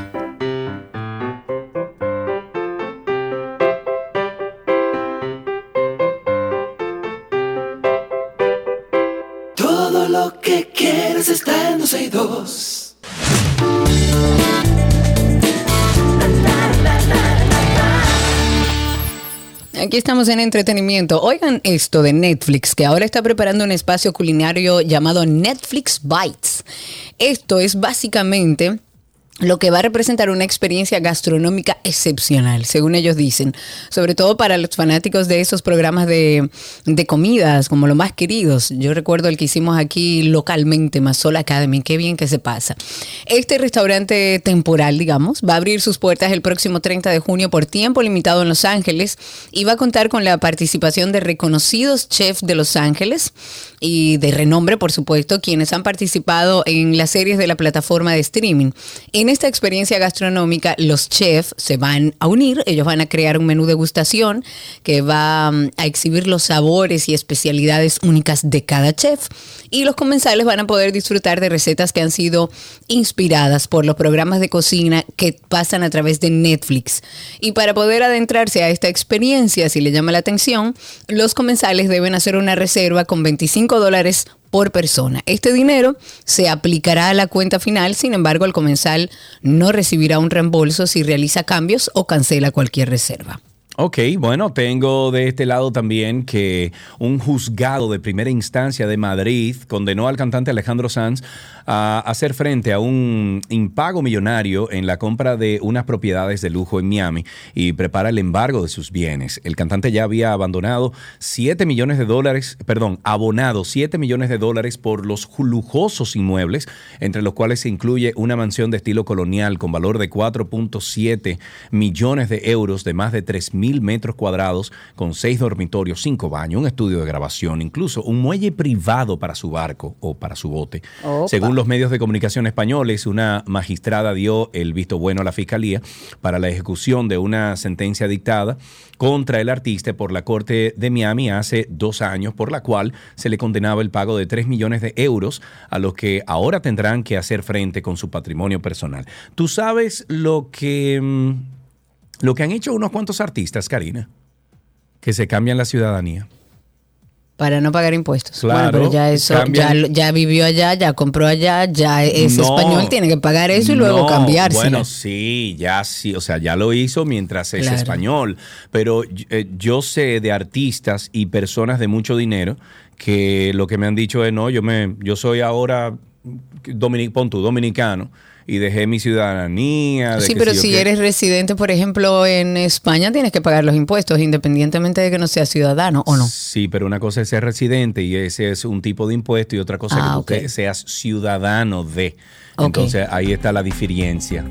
Todo lo que quieres está en doce y dos. Aquí estamos en entretenimiento. Oigan esto de Netflix, que ahora está preparando un espacio culinario llamado Netflix Bites. Esto es básicamente lo que va a representar una experiencia gastronómica excepcional, según ellos dicen, sobre todo para los fanáticos de esos programas de, de comidas, como los más queridos. Yo recuerdo el que hicimos aquí localmente, Mazola Academy, qué bien que se pasa. Este restaurante temporal, digamos, va a abrir sus puertas el próximo treinta de junio por tiempo limitado en Los Ángeles y va a contar con la participación de reconocidos chefs de Los Ángeles y de renombre, por supuesto, quienes han participado en las series de la plataforma de streaming. En esta experiencia gastronómica, los chefs se van a unir, ellos van a crear un menú degustación que va um, a exhibir los sabores y especialidades únicas de cada chef, y los comensales van a poder disfrutar de recetas que han sido inspiradas por los programas de cocina que pasan a través de Netflix. Y para poder adentrarse a esta experiencia, si le llama la atención, los comensales deben hacer una reserva con veinticinco dólares por persona. Este dinero se aplicará a la cuenta final, sin embargo, el comensal no recibirá un reembolso si realiza cambios o cancela cualquier reserva. Ok, bueno, tengo de este lado también que un juzgado de primera instancia de Madrid condenó al cantante Alejandro Sanz a hacer frente a un impago millonario en la compra de unas propiedades de lujo en Miami y prepara el embargo de sus bienes. El cantante ya había abandonado siete millones de dólares, perdón, abonado siete millones de dólares por los lujosos inmuebles, entre los cuales se incluye una mansión de estilo colonial con valor de cuatro punto siete millones de euros, de más de tres mil metros cuadrados, con seis dormitorios, cinco baños, un estudio de grabación, incluso un muelle privado para su barco o para su bote. Opa. Según los medios de comunicación españoles, una magistrada dio el visto bueno a la fiscalía para la ejecución de una sentencia dictada contra el artista por la Corte de Miami hace dos años, por la cual se le condenaba el pago de tres millones de euros, a los que ahora tendrán que hacer frente con su patrimonio personal. ¿Tú sabes lo que, lo que han hecho unos cuantos artistas, Karina? Que se cambian la ciudadanía. Para no pagar impuestos. Claro, bueno, pero ya eso, cambian- ya, ya vivió allá, ya compró allá, ya es No, español, tiene que pagar eso y luego no, cambiarse. Bueno, sí, ya sí, o sea, ya lo hizo mientras es Claro. español, pero eh, yo sé de artistas y personas de mucho dinero que lo que me han dicho es, no, yo me yo soy ahora dominic, pon tú, dominicano, y dejé mi ciudadanía. De sí, que pero si, si yo eres residente, por ejemplo, en España, tienes que pagar los impuestos, independientemente de que no seas ciudadano, ¿o no? Sí, pero una cosa es ser residente y ese es un tipo de impuesto y otra cosa Ah, es que okay. tú seas ciudadano de. Okay. Entonces ahí está la diferencia.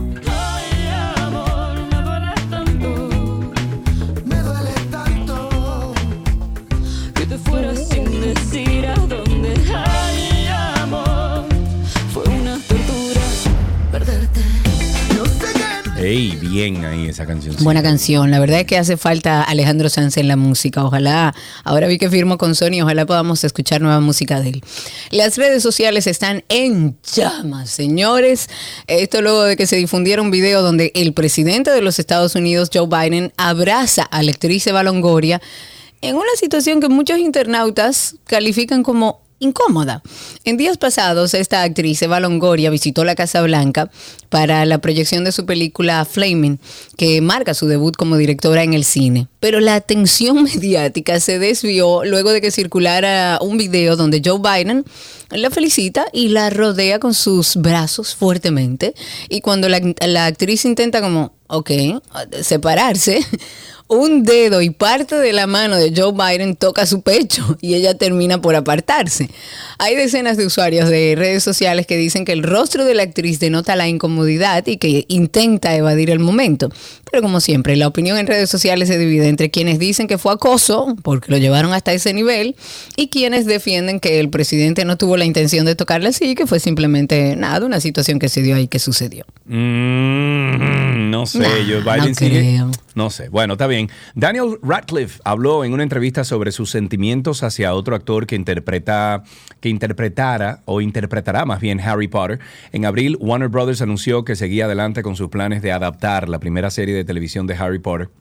Ey, bien ahí esa canción. Buena canción. La verdad es que hace falta Alejandro Sanz en la música. Ojalá, ahora vi que firmo con Sony, ojalá podamos escuchar nueva música de él. Las redes sociales están en llamas, señores. Esto luego de que se difundiera un video donde el presidente de los Estados Unidos, Joe Biden, abraza a la actriz Eva Longoria en una situación que muchos internautas califican como incómoda. En días pasados, esta actriz, Eva Longoria, visitó la Casa Blanca para la proyección de su película Flaming, que marca su debut como directora en el cine. Pero la atención mediática se desvió luego de que circulara un video donde Joe Biden la felicita y la rodea con sus brazos fuertemente. Y cuando la, la actriz intenta como, ok, separarse, un dedo y parte de la mano de Joe Biden toca su pecho y ella termina por apartarse. Hay decenas de usuarios de redes sociales que dicen que el rostro de la actriz denota la incomodidad y que intenta evadir el momento. Pero como siempre, la opinión en redes sociales se divide entre quienes dicen que fue acoso, porque lo llevaron hasta ese nivel, y quienes defienden que el presidente no tuvo la intención de tocarla así, que fue simplemente nada, una situación que se dio ahí que sucedió. Mm, no sé, Nah, Joe Biden no sigue. creo. No sé. Bueno, está bien. Daniel Radcliffe habló en una entrevista sobre sus sentimientos hacia otro actor que interpreta, que interpretara o interpretará más bien Harry Potter. En abril, Warner Brothers anunció que seguía adelante con sus planes de adaptar la primera serie de televisión de Harry Potter,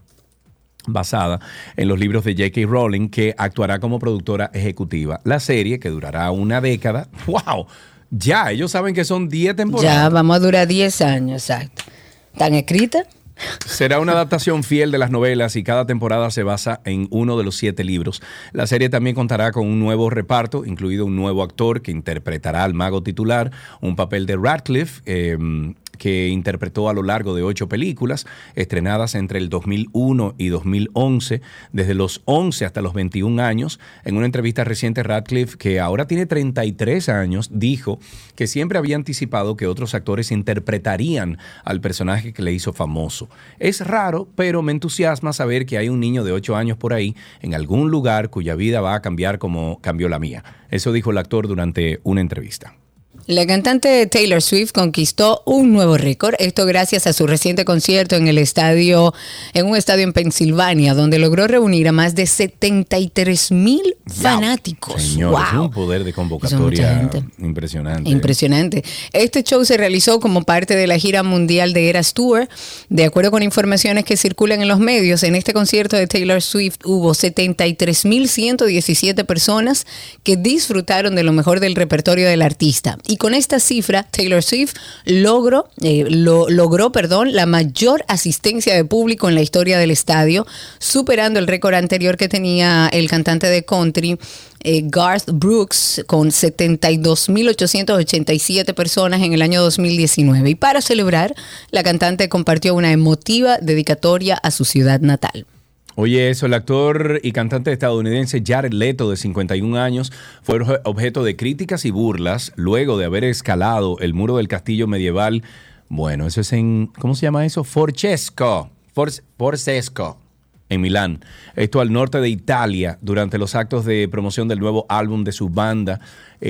basada en los libros de J K Rowling, que actuará como productora ejecutiva. La serie, que durará una década, ¡wow! Ya, ellos saben que son diez temporadas. Ya, vamos a durar diez años, exacto. ¿Están escritas? Será una adaptación fiel de las novelas y cada temporada se basa en uno de los siete libros. La serie también contará con un nuevo reparto, incluido un nuevo actor que interpretará al mago titular, un papel de Radcliffe, eh, que interpretó a lo largo de ocho películas, estrenadas entre el dos mil uno y dos mil once, desde los once hasta los veintiún años. En una entrevista reciente, Radcliffe, que ahora tiene treinta y tres años, dijo que siempre había anticipado que otros actores interpretarían al personaje que le hizo famoso. Es raro, pero me entusiasma saber que hay un niño de ocho años por ahí, en algún lugar, cuya vida va a cambiar como cambió la mía. Eso dijo el actor durante una entrevista. La cantante Taylor Swift conquistó un nuevo récord, esto gracias a su reciente concierto en el estadio, en un estadio en Pensilvania, donde logró reunir a más de setenta y tres mil fanáticos. Señor, wow. Es un poder de convocatoria impresionante. Impresionante. Este show se realizó como parte de la gira mundial de Eras Tour. De acuerdo con informaciones que circulan en los medios, en este concierto de Taylor Swift hubo setenta y tres mil ciento diecisiete personas que disfrutaron de lo mejor del repertorio del artista. Y con esta cifra, Taylor Swift logró, eh, lo, logró perdón, la mayor asistencia de público en la historia del estadio, superando el récord anterior que tenía el cantante de country eh, Garth Brooks, con setenta y dos mil ochocientas ochenta y siete personas en el año dos mil diecinueve. Y para celebrar, la cantante compartió una emotiva dedicatoria a su ciudad natal. Oye, eso, el actor y cantante estadounidense Jared Leto, de cincuenta y un años, fue objeto de críticas y burlas luego de haber escalado el muro del castillo medieval. Bueno, eso es en, ¿cómo se llama eso? Forcesco, For, Forcesco, en Milán. Esto al norte de Italia, durante los actos de promoción del nuevo álbum de su banda.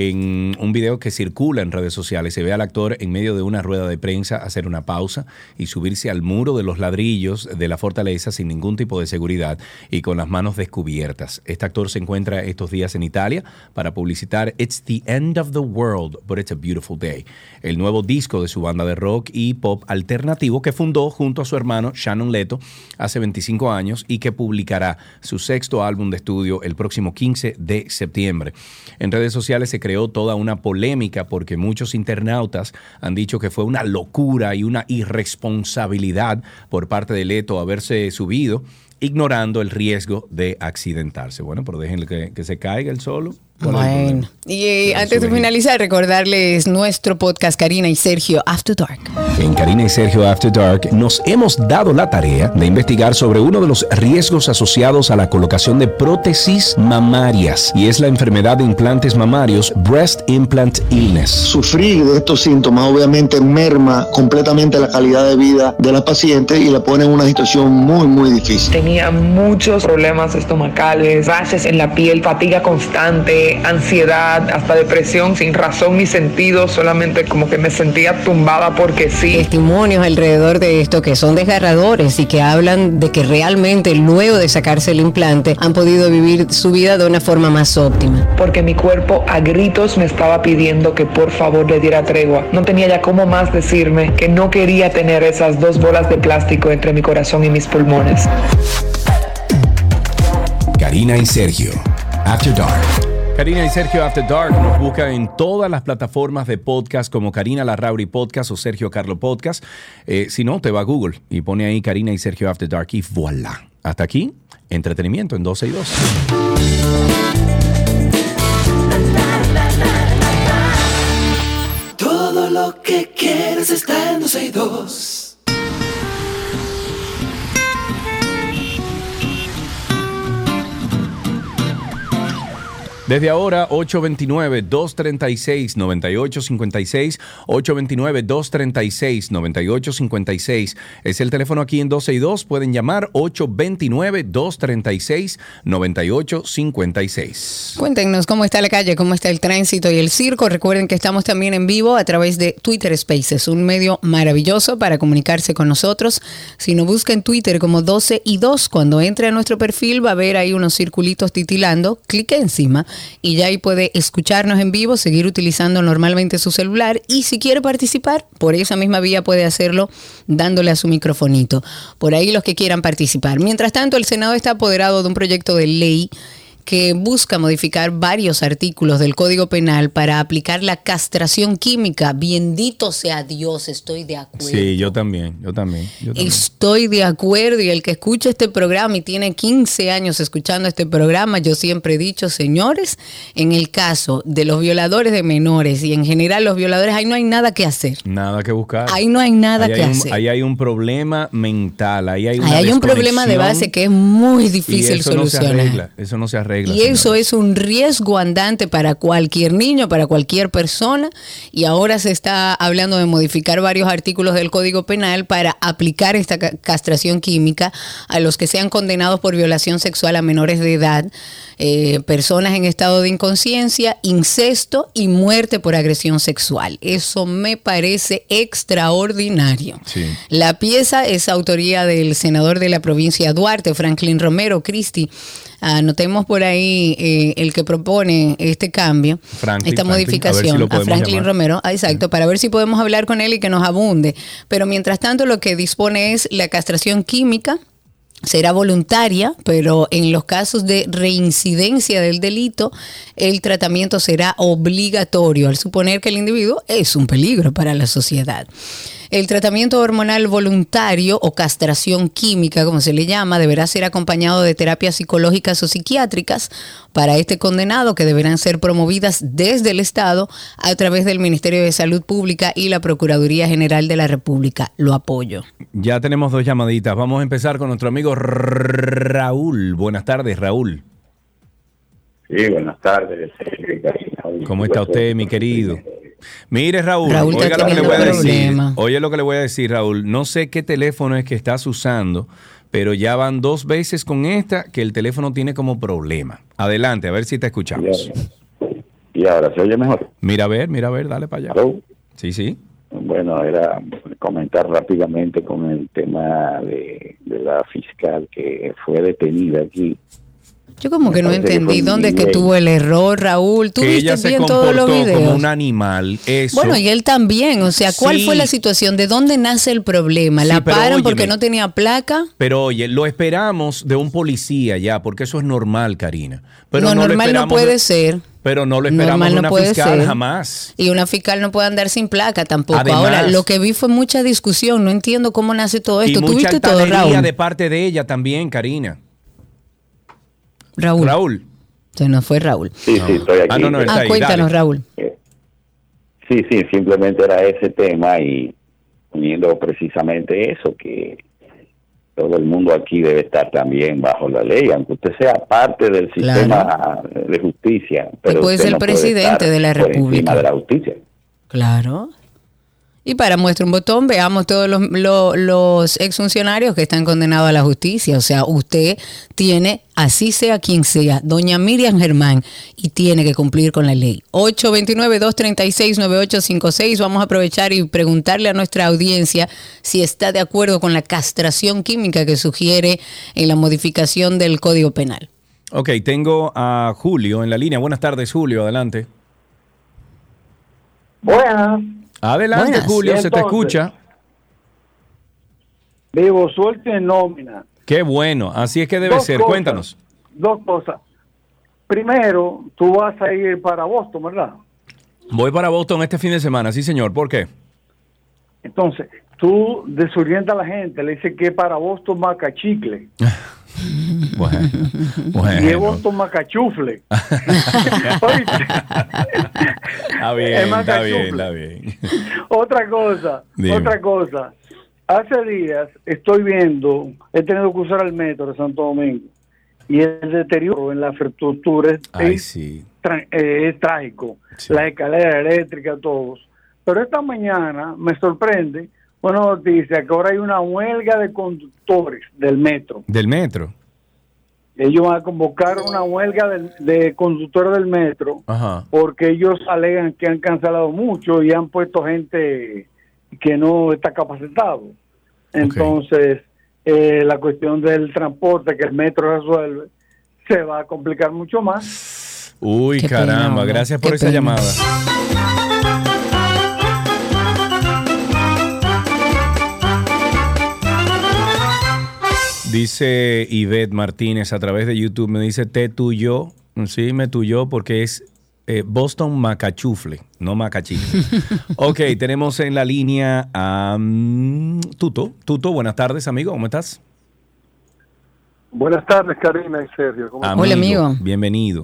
En un video que circula en redes sociales, se ve al actor en medio de una rueda de prensa hacer una pausa y subirse al muro de los ladrillos de la fortaleza sin ningún tipo de seguridad y con las manos descubiertas. Este actor se encuentra estos días en Italia para publicitar It's the End of the World, but It's a Beautiful Day, el nuevo disco de su banda de rock y pop alternativo que fundó junto a su hermano Shannon Leto hace veinticinco años y que publicará su sexto álbum de estudio el próximo quince de septiembre. En redes sociales se creó toda una polémica porque muchos internautas han dicho que fue una locura y una irresponsabilidad por parte de Leto haberse subido, ignorando el riesgo de accidentarse. Bueno, pero déjenle que, que se caiga el solo. Bueno, y eh, antes de finalizar, recordarles nuestro podcast Karina y Sergio After Dark. En Karina y Sergio After Dark nos hemos dado la tarea de investigar sobre uno de los riesgos asociados a la colocación de prótesis mamarias, y es la enfermedad de implantes mamarios, Breast Implant Illness. Sufrir de estos síntomas obviamente merma completamente la calidad de vida de la paciente y la pone en una situación muy muy difícil. Tenía muchos problemas estomacales, rashes en la piel, fatiga constante, ansiedad, hasta depresión sin razón ni sentido, solamente como que me sentía tumbada porque sí. Testimonios alrededor de esto que son desgarradores y que hablan de que realmente luego de sacarse el implante han podido vivir su vida de una forma más óptima. Porque mi cuerpo a gritos me estaba pidiendo que por favor le diera tregua. No tenía ya cómo más decirme que no quería tener esas dos bolas de plástico entre mi corazón y mis pulmones. Karina y Sergio After Dark. Karina y Sergio After Dark nos buscan en todas las plataformas de podcast como Karina Larrauri Podcast o Sergio Carlo Podcast. Eh, si no, te va a Google y pone ahí Karina y Sergio After Dark y voilà. Hasta aquí, entretenimiento en doce y dos. Todo lo que quieres está en doce y dos. Desde ahora, ocho dos nueve, dos tres seis, nueve ocho cinco seis, ocho dos nueve, dos tres seis, nueve ocho cinco seis. Es el teléfono aquí en doce y dos. Pueden llamar ocho dos nueve, dos tres seis, nueve ocho cinco seis. Cuéntenos cómo está la calle, cómo está el tránsito y el circo. Recuerden que estamos también en vivo a través de Twitter Spaces, un medio maravilloso para comunicarse con nosotros. Si nos busca en Twitter como doce y dos, cuando entre a nuestro perfil va a ver ahí unos circulitos titilando. Clique encima y ya ahí puede escucharnos en vivo, seguir utilizando normalmente su celular, y si quiere participar, por esa misma vía puede hacerlo dándole a su microfonito. Por ahí los que quieran participar. Mientras tanto, el Senado está apoderado de un proyecto de ley que busca modificar varios artículos del Código Penal para aplicar la castración química. Bendito sea Dios, estoy de acuerdo. Sí, yo también, yo también, yo también. Estoy de acuerdo, y el que escucha este programa y tiene quince años escuchando este programa, yo siempre he dicho, señores, en el caso de los violadores de menores y en general los violadores, ahí no hay nada que hacer. Nada que buscar. Ahí no hay nada ahí que hay un, hacer. Ahí hay un problema mental, ahí hay una Ahí hay un problema de base que es muy difícil y eso solucionar. No se arregla, eso no se arregla. Y señores, eso es un riesgo andante para cualquier niño, para cualquier persona, y ahora se está hablando de modificar varios artículos del Código Penal para aplicar esta ca- castración química a los que sean condenados por violación sexual a menores de edad, eh, personas en estado de inconsciencia, incesto y muerte por agresión sexual. Eso me parece extraordinario. Sí. La pieza es autoría del senador de la provincia de Duarte, Franklin Romero. Cristi, anotemos por ahí eh, el que propone este cambio, Franklin, esta Franklin, modificación, a, ver si a Franklin llamar. Romero, ah, exacto, sí. Para ver si podemos hablar con él y que nos abunde. Pero mientras tanto, lo que dispone es la castración química. Será voluntaria, pero en los casos de reincidencia del delito, el tratamiento será obligatorio, al suponer que el individuo es un peligro para la sociedad. El tratamiento hormonal voluntario o castración química, como se le llama, deberá ser acompañado de terapias psicológicas o psiquiátricas para este condenado, que deberán ser promovidas desde el Estado a través del Ministerio de Salud Pública y la Procuraduría General de la República. Lo apoyo. Ya tenemos dos llamaditas. Vamos a empezar con nuestro amigo Raúl. Buenas tardes, Raúl. Sí, buenas tardes. ¿Cómo está usted, mi querido? Mire, Raúl, Raúl oiga lo que le voy a decir. Problema. Oye lo que le voy a decir, Raúl. No sé qué teléfono es que estás usando, pero ya van dos veces con esta que el teléfono tiene como problema. Adelante, a ver si te escuchamos. Y ahora se oye mejor. Mira a ver, mira a ver, dale para allá. ¿Hello? Sí, sí. Bueno, era comentar rápidamente con el tema de, de la fiscal que fue detenida aquí. Yo como que no entendí dónde es que tuvo el error, Raúl. Tú que viste ella se bien todos los comportó videos. como un animal. Eso. Bueno, y él también. O sea, ¿cuál Sí. fue la situación? ¿De dónde nace el problema? Sí, ¿La pero paran óyeme. porque no tenía placa? Pero oye, lo esperamos de un policía ya, porque eso es normal, Karina. Pero no, no lo normal no esperamos puede de- ser. Pero no lo esperamos Normal de no una puede fiscal ser. jamás. Y una fiscal no puede andar sin placa tampoco. Además- Ahora, lo que vi fue mucha discusión. No entiendo cómo nace todo esto. Y ¿Tú mucha viste todo, altanería Raúl? de parte de ella también, Karina. Raúl. Raúl. Se nos fue Raúl. Sí, sí, estoy aquí. Ah, no, no, está ah ahí, cuéntanos, dale. Raúl. Sí, sí, simplemente era ese tema y poniendo precisamente eso, que todo el mundo aquí debe estar también bajo la ley, aunque usted sea parte del sistema Claro. de justicia. Pero puede usted ser no puede presidente estar de la por República. encima de la justicia. Claro. Y para muestra un botón, veamos todos los, los, los exfuncionarios que están condenados a la justicia. O sea, usted tiene, así sea quien sea, doña Miriam Germán, y tiene que cumplir con la ley. ocho dos nueve, dos tres seis, nueve ocho cinco seis. Vamos a aprovechar y preguntarle a nuestra audiencia si está de acuerdo con la castración química que sugiere en la modificación del Código Penal. Ok, tengo a Julio en la línea. Buenas tardes, Julio, adelante. Buenas. Adelante, Buenas. Julio, Y se te entonces, escucha. Vivo suerte en nómina. Qué bueno, así es que debe Dos ser. cosas. Cuéntanos. Dos cosas. Primero, tú vas a ir para Boston, ¿verdad? Voy para Boston este fin de semana, sí, señor. ¿Por qué? Entonces, tú desorientas a la gente, le dices que es para Boston Macachicle. Bueno, Y es bueno. Boston Macachufle. Está bien, Es está macachufle. bien, está bien. Otra cosa, Dime. otra cosa. Hace días estoy viendo, he tenido que usar el metro de Santo Domingo y el deterioro en la infraestructura es, Ay, es, sí. tra- eh, es trágico. La escalera eléctrica, todos. Pero esta mañana me sorprende una noticia que ahora hay una huelga de conductores del metro. Del metro. Ellos van a convocar una huelga del- de conductores del metro Ajá. porque ellos alegan que han cancelado mucho y han puesto gente que no está capacitado. Entonces, eh, la cuestión del transporte que el metro resuelve se va a complicar mucho más. Uy, Qué pena, caramba, hombre. gracias por Qué esa pena. llamada. Dice Ivette Martínez a través de YouTube, me dice te tuyo, sí, me tuyo porque es eh, Boston Macachufle, no Macachifle. Ok, tenemos en la línea a um, Tuto. Tuto, buenas tardes, amigo, ¿cómo estás? Buenas tardes, Karina y Sergio. ¿Cómo Amigo, estás? amigo. Bienvenido.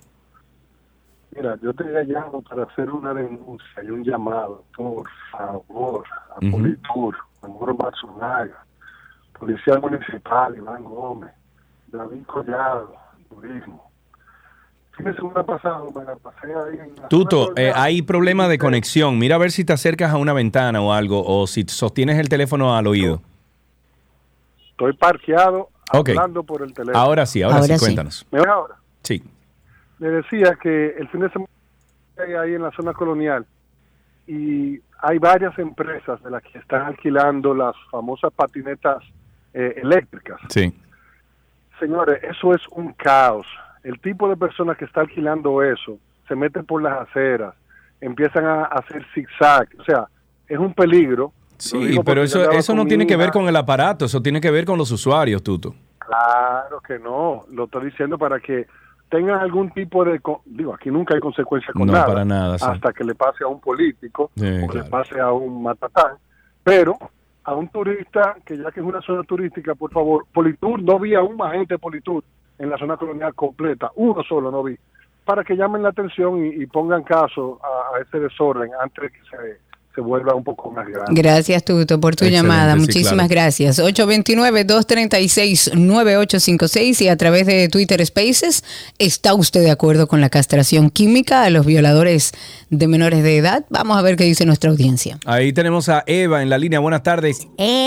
Mira, yo te he llamado para hacer una denuncia y un llamado, por favor, a Ujú. Politur, Amor Matsunaga, Policía Municipal, Iván Gómez, David Collado, Turismo. Fin de semana pasado me la pasé ahí en la Tuto, zona eh, colonial. hay problema de conexión. Mira a ver si te acercas a una ventana o algo, o si sostienes el teléfono al oído. Estoy parqueado Ok. hablando por el teléfono. Ahora sí, ahora, Ahora sí, sí. cuéntanos. ¿Me ves ahora? Sí. Le decía que el fin de semana estoy ahí en la zona colonial y hay varias empresas de las que están alquilando las famosas patinetas eh, eléctricas. Sí. Señores, eso es un caos. El tipo de personas que está alquilando eso se meten por las aceras, empiezan a hacer zigzag, o sea, es un peligro. Lo Sí, digo pero porque yo eso, andaba eso con no mi tiene que hija. ver con el aparato, eso tiene que ver con los usuarios, Tuto. Claro que no, lo estoy diciendo para que tengan algún tipo de, co- digo, aquí nunca hay consecuencia con No, nada, para nada, sí. hasta que le pase a un político Sí, o que claro. le pase a un matatán, pero a un turista, que ya que es una zona turística, por favor, Politur, no vi a un agente de Politur en la zona colonial completa, uno solo no vi, para que llamen la atención y, y pongan caso a, a ese desorden antes de que se, se vuelva un poco más grande. Gracias, Tuto, por tu Excelente, llamada. sí, Muchísimas claro. gracias. ocho dos nueve, dos tres seis, nueve ocho cinco seis y a través de Twitter Spaces, ¿está usted de acuerdo con la castración química a los violadores de menores de edad? Vamos a ver qué dice nuestra audiencia. Ahí tenemos a Eva en la línea. Buenas tardes.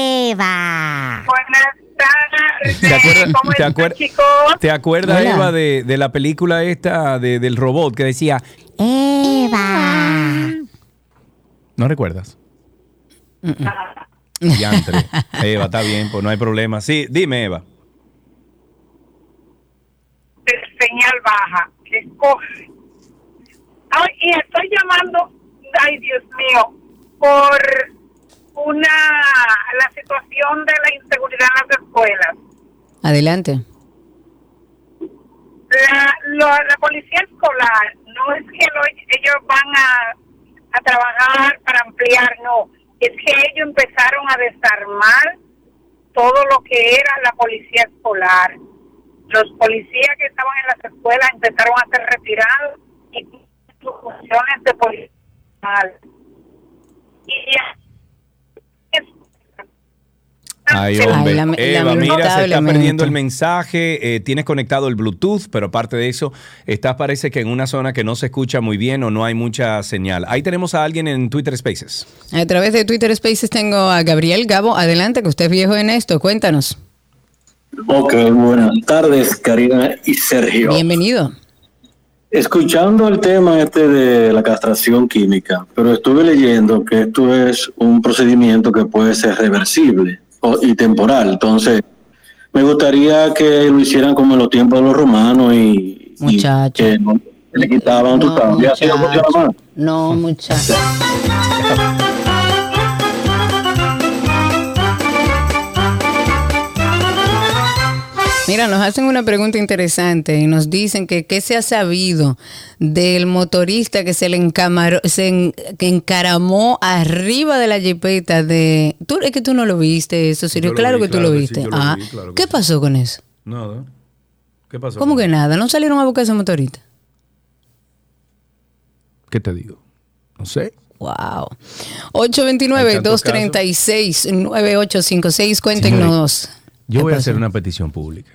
Eva. Buenas tardes. ¿Te acuerdas, ¿Cómo te están, acuer- chicos? ¿te acuerdas, Hola. Eva, de, de la película esta de- del robot que decía Eva? ¿No recuerdas? Diantre. Eva, está bien, pues no hay problema. Sí, dime, Eva. Señal baja, que coge. Ay, y estoy llamando, ay Dios mío, por una la situación de la inseguridad en las escuelas. Adelante. La, lo- la policía escolar no es que lo- ellos van a, a trabajar para ampliar, no, es que ellos empezaron a desarmar todo lo que era la policía escolar. los policías que estaban en las escuelas empezaron a ser retirados y sus funciones de policía. Y Ay, hombre. Ay, la- Eva, mira, se está lamentablemente. perdiendo el mensaje. Eh, tienes conectado el Bluetooth, pero aparte de eso, estás parece que en una zona que no se escucha muy bien o no hay mucha señal. Ahí tenemos a alguien en Twitter Spaces. A través de Twitter Spaces tengo a Gabriel Gabo. Adelante, que usted es viejo en esto. Cuéntanos. Ok, buenas tardes, Karina y Sergio. Bienvenido. Escuchando el tema este de la castración química, pero estuve leyendo que esto es un procedimiento que puede ser reversible o- y temporal. Entonces, me gustaría que lo hicieran como en los tiempos de los romanos y, y que no, le quitaban tu tabla. Y así no funciona más. No, muchacho. Mira, nos hacen una pregunta interesante y nos dicen que qué se ha sabido del motorista que se le encamaró, se en- que encaramó arriba de la jipeta de... ¿Tú, es que tú no lo viste eso, Sirio. Yo lo Claro vi, que tú claro lo que viste. sí, yo lo ah, vi, claro que ¿qué sí. pasó con eso? Nada. ¿Qué pasó? ¿Cómo que nada? ¿No salieron a buscar a ese motorista? ¿Qué te digo? No sé. Wow. ocho dos nueve, dos tres seis, nueve ocho cinco seis. Cuéntenos. Yo ¿Qué voy a pasó? hacer una petición pública.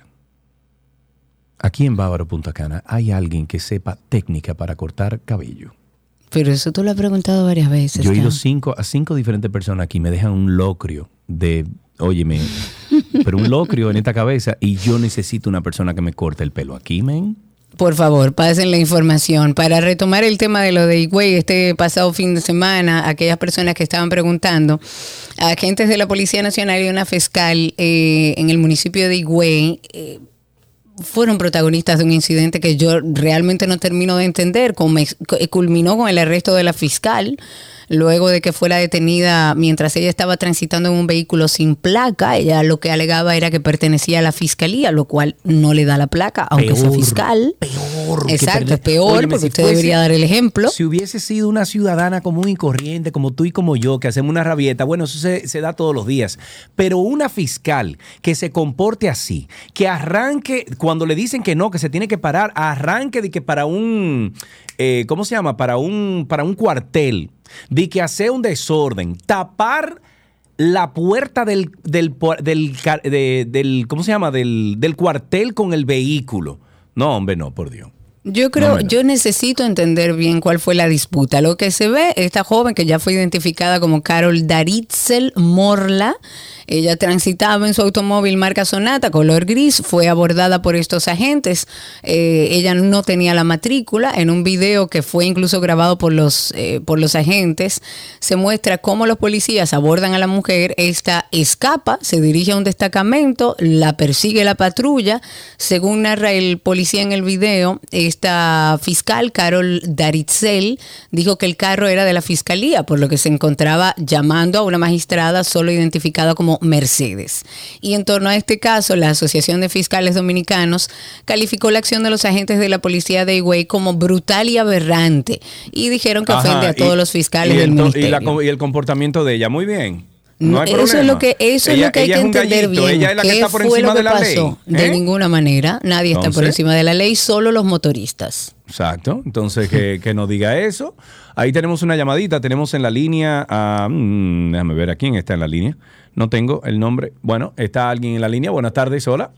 Aquí en Bávaro, Punta Cana, hay alguien que sepa técnica para cortar cabello. Pero eso tú lo has preguntado varias veces. Yo he ido Cam. cinco, a cinco diferentes personas aquí, me dejan un locrio de, óyeme, pero un locrio en esta cabeza y yo necesito una persona que me corte el pelo aquí, men. Por favor, pasen la información. Para retomar el tema de lo de Higüey, este pasado fin de semana, aquellas personas que estaban preguntando, agentes de la Policía Nacional y una fiscal eh, en el municipio de Higüey eh, fueron protagonistas de un incidente que yo realmente no termino de entender. Como culminó con el arresto de la fiscal, luego de que fuera detenida mientras ella estaba transitando en un vehículo sin placa. Ella lo que alegaba era que pertenecía a la fiscalía, lo cual no le da la placa, aunque sea Peor, fiscal. Peor. que Exacto, perder- es peor, Óyeme, porque si usted fuese- debería dar el ejemplo. Si hubiese sido una ciudadana común y corriente, como tú y como yo, que hacemos una rabieta, bueno, eso se, se da todos los días. Pero una fiscal que se comporte así, que arranque, cuando le dicen que no, que se tiene que parar, arranque de que para un, eh, ¿cómo se llama? Para un, para un cuartel, de que hace un desorden, tapar la puerta del, del, del, ca- de- del ¿cómo se llama? Del, del cuartel con el vehículo. No, hombre, no, por Dios. Yo creo, No, bueno. yo necesito entender bien cuál fue la disputa. Lo que se ve, esta joven que ya fue identificada como Carol Daritzel Morla, ella transitaba en su automóvil marca Sonata, color gris, fue abordada por estos agentes. Eh, ella no tenía la matrícula. En un video que fue incluso grabado por los, eh, por los agentes, se muestra cómo los policías abordan a la mujer. Esta escapa, se dirige a un destacamento, la persigue la patrulla. Según narra el policía en el video, esta fiscal, Carol Daritzel, dijo que el carro era de la fiscalía, por lo que se encontraba llamando a una magistrada solo identificada como Mercedes. Y en torno a este caso, la Asociación de Fiscales Dominicanos calificó la acción de los agentes de la policía de Higüey como brutal y aberrante y dijeron que Ajá, ofende a todos y- los fiscales y del el, to- y, ministerio. la- y el comportamiento de ella, muy bien. No hay eso problema. es lo que, eso Ella- es lo que hay ella que es un entender gallito, bien. ella es la que ¿Qué está por fue encima lo que de la pasó? ley, De ¿eh? ninguna manera. Nadie está por Entonces- encima de la ley, solo los motoristas. Exacto. Entonces, que, que nos diga eso. Ahí tenemos una llamadita. Tenemos en la línea a... mm, déjame ver a quién está en la línea. No tengo el nombre. Bueno, está alguien en la línea. Buenas tardes, hola.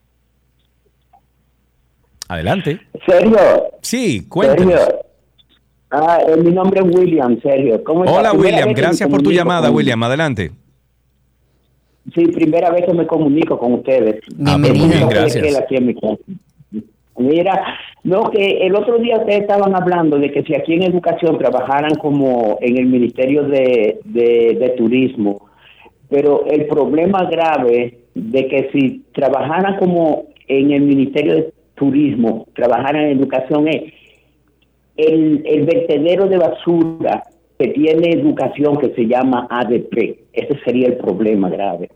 Adelante. Sergio. Sí, cuéntanos. Sergio. Ah, eh, mi nombre es William, Sergio. ¿Cómo está? Hola, Primera William. vez que me Gracias por tu comunico llamada, con- William. Adelante. Sí, primera vez que me comunico con ustedes. Ah, pues muy bien, Tengo que gracias. leer aquí en mi casa. Mira, no, que el otro día ustedes estaban hablando de que si aquí en educación trabajaran como en el Ministerio de, de, de Turismo, pero el problema grave de que si trabajaran como en el Ministerio de Turismo, trabajaran en educación es el, el vertedero de basura que tiene educación que se llama A D P. Ese sería el problema grave.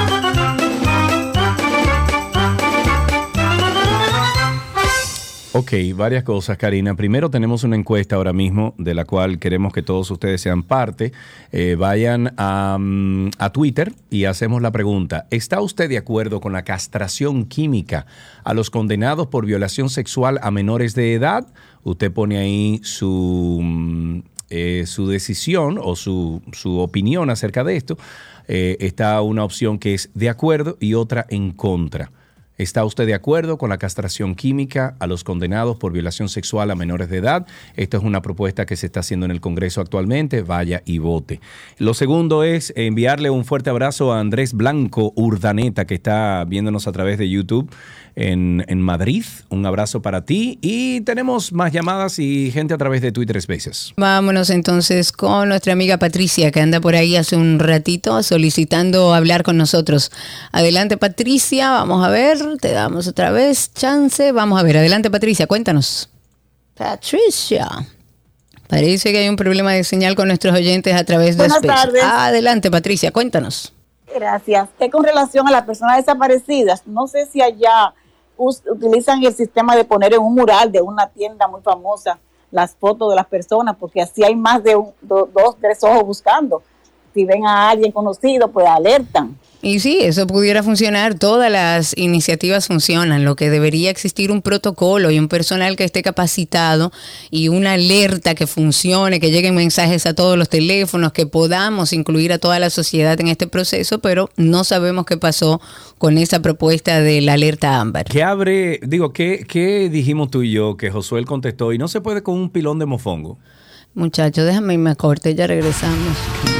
Ok, Ok, varias cosas, Karina. Primero, tenemos una encuesta ahora mismo de la cual queremos que todos ustedes sean parte. Eh, vayan a, um, a Twitter y hacemos la pregunta. ¿Está usted de acuerdo con la castración química a los condenados por violación sexual a menores de edad? Usted pone ahí su, eh, su decisión o su, su opinión acerca de esto. Eh, está una opción que es de acuerdo y otra en contra. ¿Está usted de acuerdo con la castración química a los condenados por violación sexual a menores de edad? Esta es una propuesta que se está haciendo en el Congreso actualmente. Vaya y vote. Lo segundo es enviarle un fuerte abrazo a Andrés Blanco Urdaneta, que está viéndonos a través de YouTube en, en Madrid. Un abrazo para ti. Y tenemos más llamadas y gente a través de Twitter Spaces. Vámonos entonces con nuestra amiga Patricia, que anda por ahí hace un ratito solicitando hablar con nosotros. Adelante, Patricia. Vamos a ver. Te damos otra vez chance. Vamos a ver, adelante Patricia, cuéntanos. Patricia. Parece que hay un problema de señal con nuestros oyentes a través de Buenas Space. tardes. Adelante Patricia, cuéntanos. Gracias. Es con relación a las personas desaparecidas. No sé si allá us- utilizan el sistema de poner en un mural de una tienda muy famosa las fotos de las personas, porque así hay más de un, do, dos, tres ojos buscando. Si ven a alguien conocido, pues alertan. Y sí, eso pudiera funcionar. Todas las iniciativas funcionan. Lo que debería existir un protocolo y un personal que esté capacitado y una alerta que funcione, que lleguen mensajes a todos los teléfonos, que podamos incluir a toda la sociedad en este proceso, pero no sabemos qué pasó con esa propuesta de la alerta Ámbar. ¿Qué abre, digo, qué, qué dijimos tú y yo que Josué contestó? Y no se puede con un pilón de mofongo. Muchachos, déjame irme a corte, ya regresamos.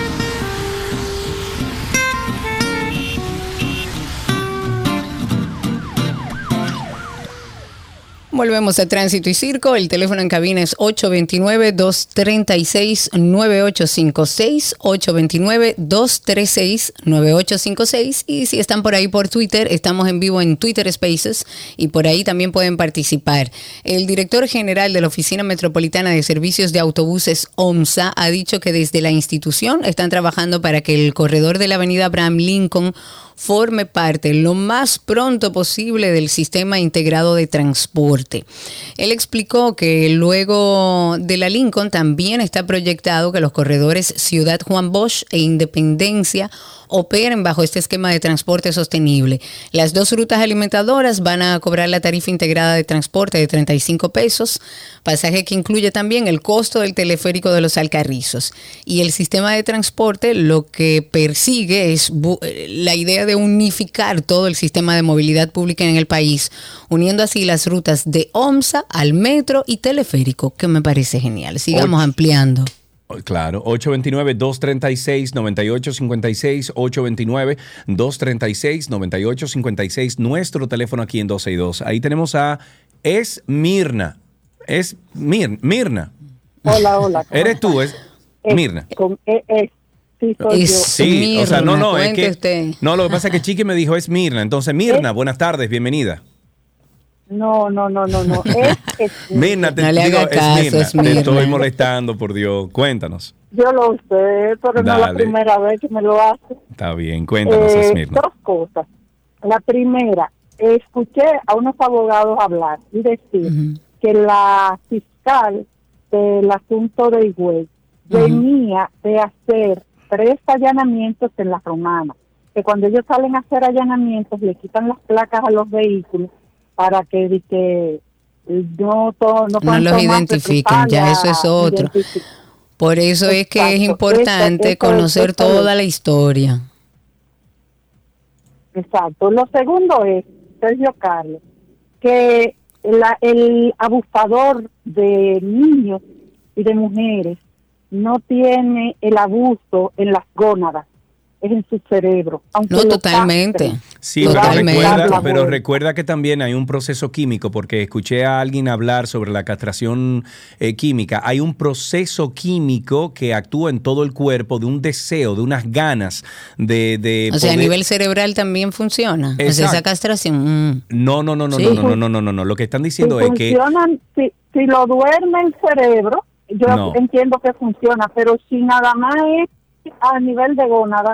Volvemos a Tránsito y Circo. El teléfono en cabina es ocho dos nueve, dos tres seis, nueve ocho cinco seis, ocho dos nueve, dos tres seis, nueve ocho cinco seis. Y si están por ahí por Twitter, estamos en vivo en Twitter Spaces y por ahí también pueden participar. El director general de la Oficina Metropolitana de Servicios de Autobuses, OMSA, ha dicho que desde la institución están trabajando para que el corredor de la avenida Abraham Lincoln forme parte lo más pronto posible del sistema integrado de transporte. Él explicó que luego de la Lincoln también está proyectado que los corredores Ciudad Juan Bosch e Independencia operen bajo este esquema de transporte sostenible. Las dos rutas alimentadoras van a cobrar la tarifa integrada de transporte de treinta y cinco pesos, pasaje que incluye también el costo del teleférico de los Alcarrizos. Y el sistema de transporte lo que persigue es bu- la idea de unificar todo el sistema de movilidad pública en el país, uniendo así las rutas de OMSA al metro y teleférico, que me parece genial. Sigamos Ocho. ampliando. Claro, ocho dos nueve, dos tres seis, nueve ocho cinco seis, ocho dos nueve, dos tres seis, nueve ocho cinco seis, nuestro teléfono aquí en dos seis dos. Ahí tenemos a Es Mirna. Es Mir, Mirna. Hola, hola. ¿Eres tú? Es, es Mirna. Con, es, es, sí, soy es yo. Sí, Mirna, o sea, no, no, es que usted. no, lo que pasa es que Chiqui me dijo es Mirna. Entonces, Mirna, ¿Es? buenas tardes, bienvenida. No, no, no, no, no. Es, es Mirna, te no le digo, haga caso, es Mirna. es Te Mirna. estoy molestando, por Dios. Cuéntanos. Yo lo sé, pero no es la Dale. primera vez que me lo hace. Está bien, cuéntanos, Eh, Esmirna. dos cosas. La primera, escuché a unos abogados hablar y decir uh-huh. que la fiscal del asunto de Higüey uh-huh. venía de hacer tres allanamientos en la Romana, que cuando ellos salen a hacer allanamientos le quitan las placas a los vehículos para que, que no, to, no, no los identifiquen, ya eso es otro. Por eso Exacto. es que es importante eso, eso, conocer eso, eso, toda la historia. Exacto. Lo segundo es, Sergio Carlos, que la, el abusador de niños y de mujeres no tiene el abuso en las gónadas, es en su cerebro. Aunque no, totalmente. Castren, sí, pero recuerda, pero recuerda que también hay un proceso químico, porque escuché a alguien hablar sobre la castración eh, química. Hay un proceso químico que actúa en todo el cuerpo de un deseo, de unas ganas de... de o sea, poder... a nivel cerebral también funciona. Exacto. O sea, esa castración... Mm. No, no, no, no, sí, no, no, no, no, no, no, no. Lo que están diciendo si es que... Si, si lo duerme el cerebro, yo no. entiendo que funciona, pero si nada más es a nivel de gónada,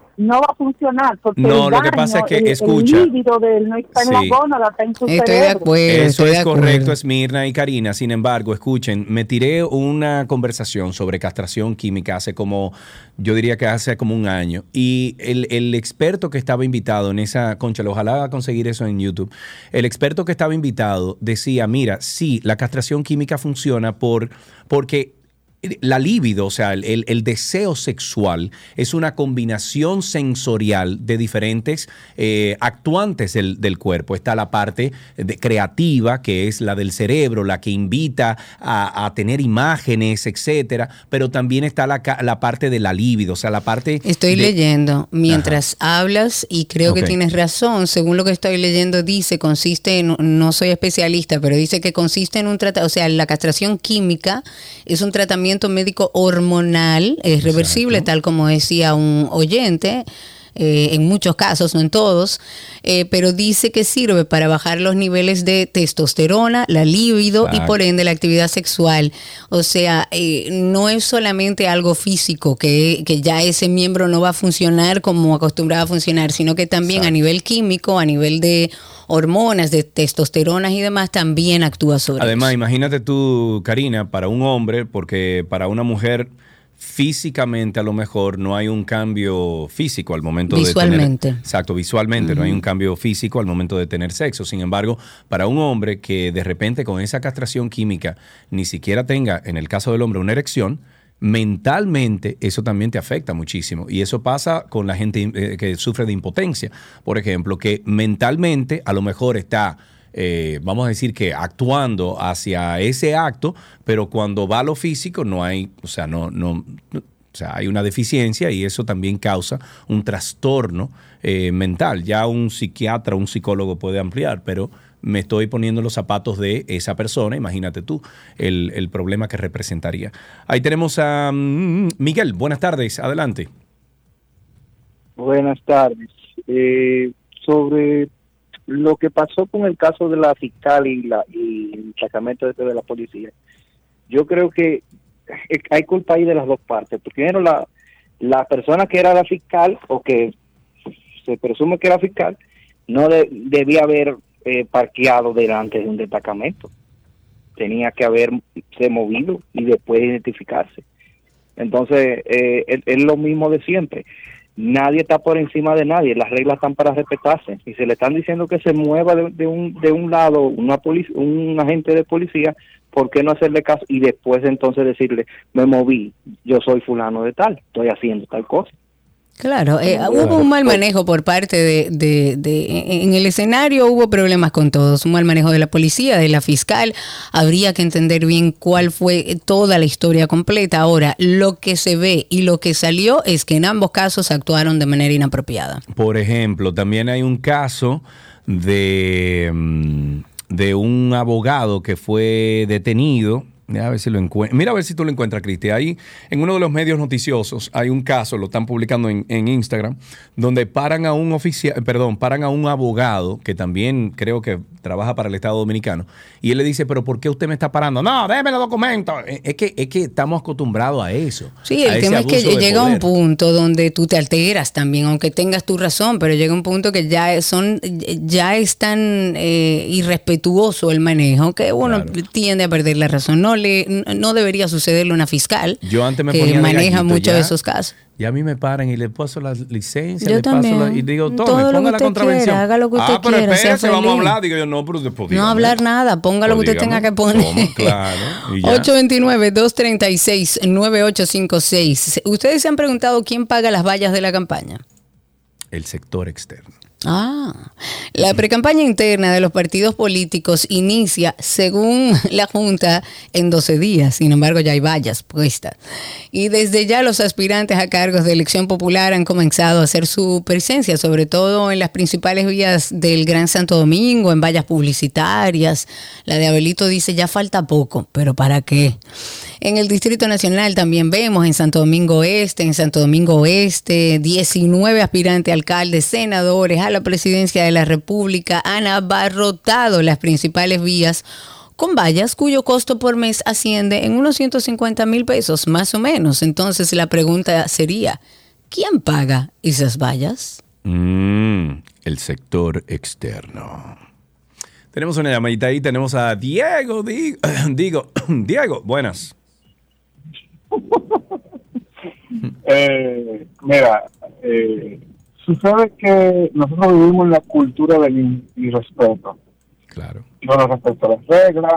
no va a funcionar porque no, el lo daño, que pasa es que, el, escucha, el líbido de él no está en sí. la gónada, está en su Estoy cerebro. de acuerdo. Eso estoy es de correcto, acuerdo. Esmirna y Karina. Sin embargo, escuchen, me tiré una conversación sobre castración química hace como, yo diría que hace como un año. Y el, el experto que estaba invitado en esa, concha, ojalá conseguir eso en YouTube. El experto que estaba invitado decía, mira, sí, la castración química funciona por, porque la libido, o sea, el, el, el deseo sexual es una combinación sensorial de diferentes eh, actuantes del, del cuerpo. Está la parte de creativa, que es la del cerebro, la que invita a, a tener imágenes, etcétera, pero también está la, la parte de la libido, o sea, la parte... Estoy de, leyendo mientras Ajá. hablas y creo okay. que tienes razón. Según lo que estoy leyendo, dice, consiste en, no soy especialista, pero dice que consiste en un tratamiento, o sea, la castración química es un tratamiento médico hormonal, es reversible, Exacto. tal como decía un oyente, eh, en muchos casos, no en todos, eh, pero dice que sirve para bajar los niveles de testosterona, la libido Exacto. y por ende la actividad sexual. O sea, eh, no es solamente algo físico, que, que ya ese miembro no va a funcionar como acostumbraba a funcionar, sino que también Exacto. a nivel químico, a nivel de hormonas, de testosteronas y demás, también actúa sobre Además, eso. imagínate tú, Karina, para un hombre, porque para una mujer físicamente a lo mejor no hay un cambio físico al momento visualmente. de tener... Exacto, visualmente uh-huh. no hay un cambio físico al momento de tener sexo. Sin embargo, para un hombre que de repente con esa castración química ni siquiera tenga, en el caso del hombre, una erección, mentalmente eso también te afecta muchísimo. Y eso pasa con la gente eh, que sufre de impotencia, por ejemplo, que mentalmente a lo mejor está, eh, vamos a decir que actuando hacia ese acto, pero cuando va a lo físico no hay, o sea, no, no, o sea, hay una deficiencia y eso también causa un trastorno eh, mental. Ya un psiquiatra, un psicólogo puede ampliar, pero me estoy poniendo los zapatos de esa persona, imagínate tú el, el problema que representaría. Ahí tenemos a um, Miguel, buenas tardes, adelante. Buenas tardes. Eh, sobre lo que pasó con el caso de la fiscal y, la, y el sacramento de, de la policía, yo creo que hay culpa ahí de las dos partes. Primero, la, la persona que era la fiscal, o que se presume que era fiscal, no de, debía haber eh, parqueado delante de un destacamento. Tenía que haberse movido y después identificarse. Entonces, eh, es, es lo mismo de siempre. Nadie está por encima de nadie, las reglas están para respetarse. Y se le están diciendo que se mueva de, de un de un lado una polic- un agente de policía, ¿por qué no hacerle caso? Y después entonces decirle, me moví, yo soy fulano de tal, estoy haciendo tal cosa. Claro, eh, hubo un mal manejo por parte de, de, de, en el escenario hubo problemas con todos, un mal manejo de la policía, de la fiscal, habría que entender bien cuál fue toda la historia completa. Ahora, lo que se ve y lo que salió es que en ambos casos actuaron de manera inapropiada. Por ejemplo, también hay un caso de, de un abogado que fue detenido. Mira a ver si lo encuentro. Mira a ver si tú lo encuentras, Cristi. Ahí, en uno de los medios noticiosos, hay un caso, lo están publicando en, en Instagram, donde paran a un oficial, perdón, paran a un abogado que también creo que trabaja para el Estado Dominicano, y él le dice, pero ¿por qué usted me está parando? No, déme los documentos. Es que, es que estamos acostumbrados a eso. Sí, el tema es que llega un punto donde tú te alteras también, aunque tengas tu razón, pero llega un punto que ya son, ya es tan eh, irrespetuoso el manejo que uno claro. tiende a perder la razón. No le, no debería sucederle a una fiscal Yo antes me que ponía maneja mucho ya, de esos casos. Y a mí me paran y le paso la licencia, yo le también. paso la, y digo, tome, todo ponga la contravención. Quiera, haga lo que usted ah, pero quiera, espérese, vamos a hablar. Digo yo, no, pero después No hablar nada, ponga lo que usted tenga que poner. Toma, claro. ocho dos nueve, dos tres seis, nueve ocho cinco seis. ¿Ustedes se han preguntado quién paga las vallas de la campaña? El sector externo. Ah, la precampaña interna de los partidos políticos inicia, según la Junta, en doce días. Sin embargo, ya hay vallas puestas. Y desde ya los aspirantes a cargos de elección popular han comenzado a hacer su presencia, sobre todo en las principales vías del Gran Santo Domingo, en vallas publicitarias. La de Abelito dice, ya falta poco, pero ¿para qué? En el Distrito Nacional también vemos en Santo Domingo Este, en Santo Domingo Oeste, diecinueve aspirantes alcaldes, senadores a la presidencia de la República han abarrotado las principales vías con vallas cuyo costo por mes asciende en unos ciento cincuenta mil pesos, más o menos. Entonces la pregunta sería, ¿quién paga esas vallas? Mm, el sector externo. Tenemos una llamadita ahí, tenemos a Diego, Diego, digo, Diego, buenas. Eh, mira, eh, sucede que nosotros vivimos en la cultura del irrespeto. Claro. Yo no respeto las reglas,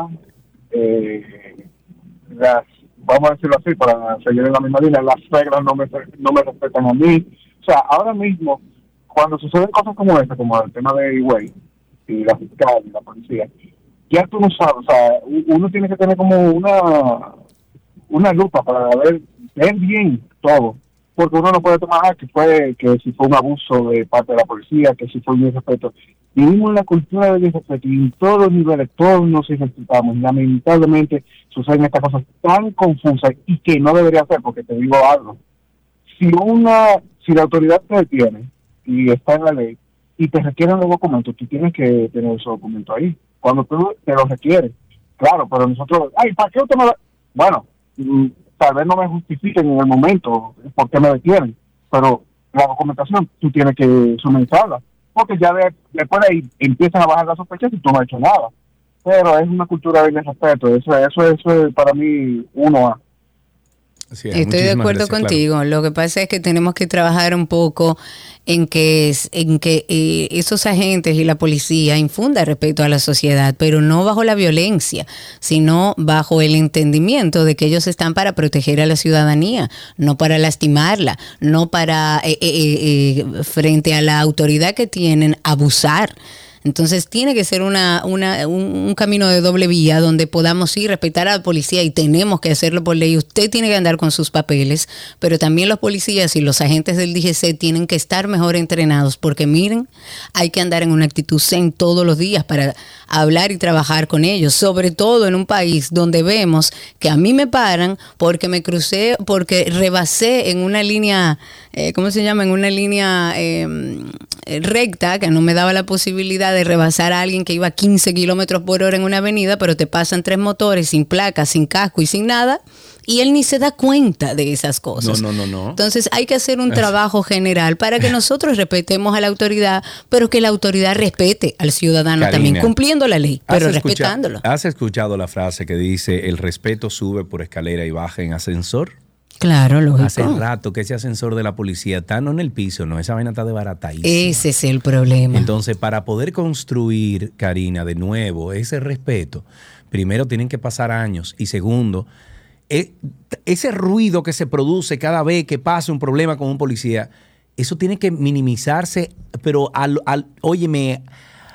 eh, las, vamos a decirlo así, para seguir en la misma línea, las reglas no me, no me respetan a mí. O sea, ahora mismo, cuando suceden cosas como esta, como el tema de Higüey y la fiscal y la policía, ya tú no sabes, o sea, uno tiene que tener como una una lupa para ver, ver bien todo, porque uno no puede tomar que fue que si fue un abuso de parte de la policía, que si fue un irrespeto. Vivimos en la cultura del irrespeto y en todos los niveles, todos nos irrespetamos. Lamentablemente suceden estas cosas tan confusas y que no debería ser, porque te digo algo. Si una, si la autoridad te detiene y está en la ley y te requieren los documentos, tú tienes que tener esos documentos ahí. Cuando tú te los requieres, claro, pero nosotros, ay, ¿para qué usted me lo...? Bueno, tal vez no me justifiquen en el momento por qué me detienen, pero la documentación tú tienes que suministrarla, porque ya de, después de ahí empiezan a bajar las sospechas y tú no has hecho nada. Pero es una cultura de respeto, eso, eso, eso es para mí uno a. Sí, estoy de acuerdo gracias, contigo. Claro. Lo que pasa es que tenemos que trabajar un poco en que, en que eh, esos agentes y la policía infundan respeto a la sociedad, pero no bajo la violencia, sino bajo el entendimiento de que ellos están para proteger a la ciudadanía, no para lastimarla, no para, eh, eh, eh, frente a la autoridad que tienen, abusar. Entonces tiene que ser una, una, un, un camino de doble vía donde podamos ir, respetar a la policía y tenemos que hacerlo por ley. Usted tiene que andar con sus papeles, pero también los policías y los agentes del D G C tienen que estar mejor entrenados porque miren, hay que andar en una actitud zen todos los días para hablar y trabajar con ellos, sobre todo en un país donde vemos que a mí me paran porque me crucé, porque rebasé en una línea, eh, ¿cómo se llama? En una línea eh, recta que no me daba la posibilidad de rebasar a alguien que iba a quince kilómetros por hora en una avenida, pero te pasan tres motores sin placa, sin casco y sin nada, y él ni se da cuenta de esas cosas. No, no, no, no. Entonces hay que hacer un trabajo general para que nosotros respetemos a la autoridad, pero que la autoridad respete al ciudadano Karina, también, cumpliendo la ley, pero ¿has respetándolo. Escucha, ¿Has escuchado la frase que dice, el respeto sube por escalera y baja en ascensor? Claro, lógico. Hace rato que ese ascensor de la policía está no en el piso, no, esa vaina está desbaratadísima. Ese es el problema. Entonces, para poder construir, Karina, de nuevo, ese respeto, primero tienen que pasar años y segundo, ese ruido que se produce cada vez que pasa un problema con un policía, eso tiene que minimizarse, pero al, al óyeme,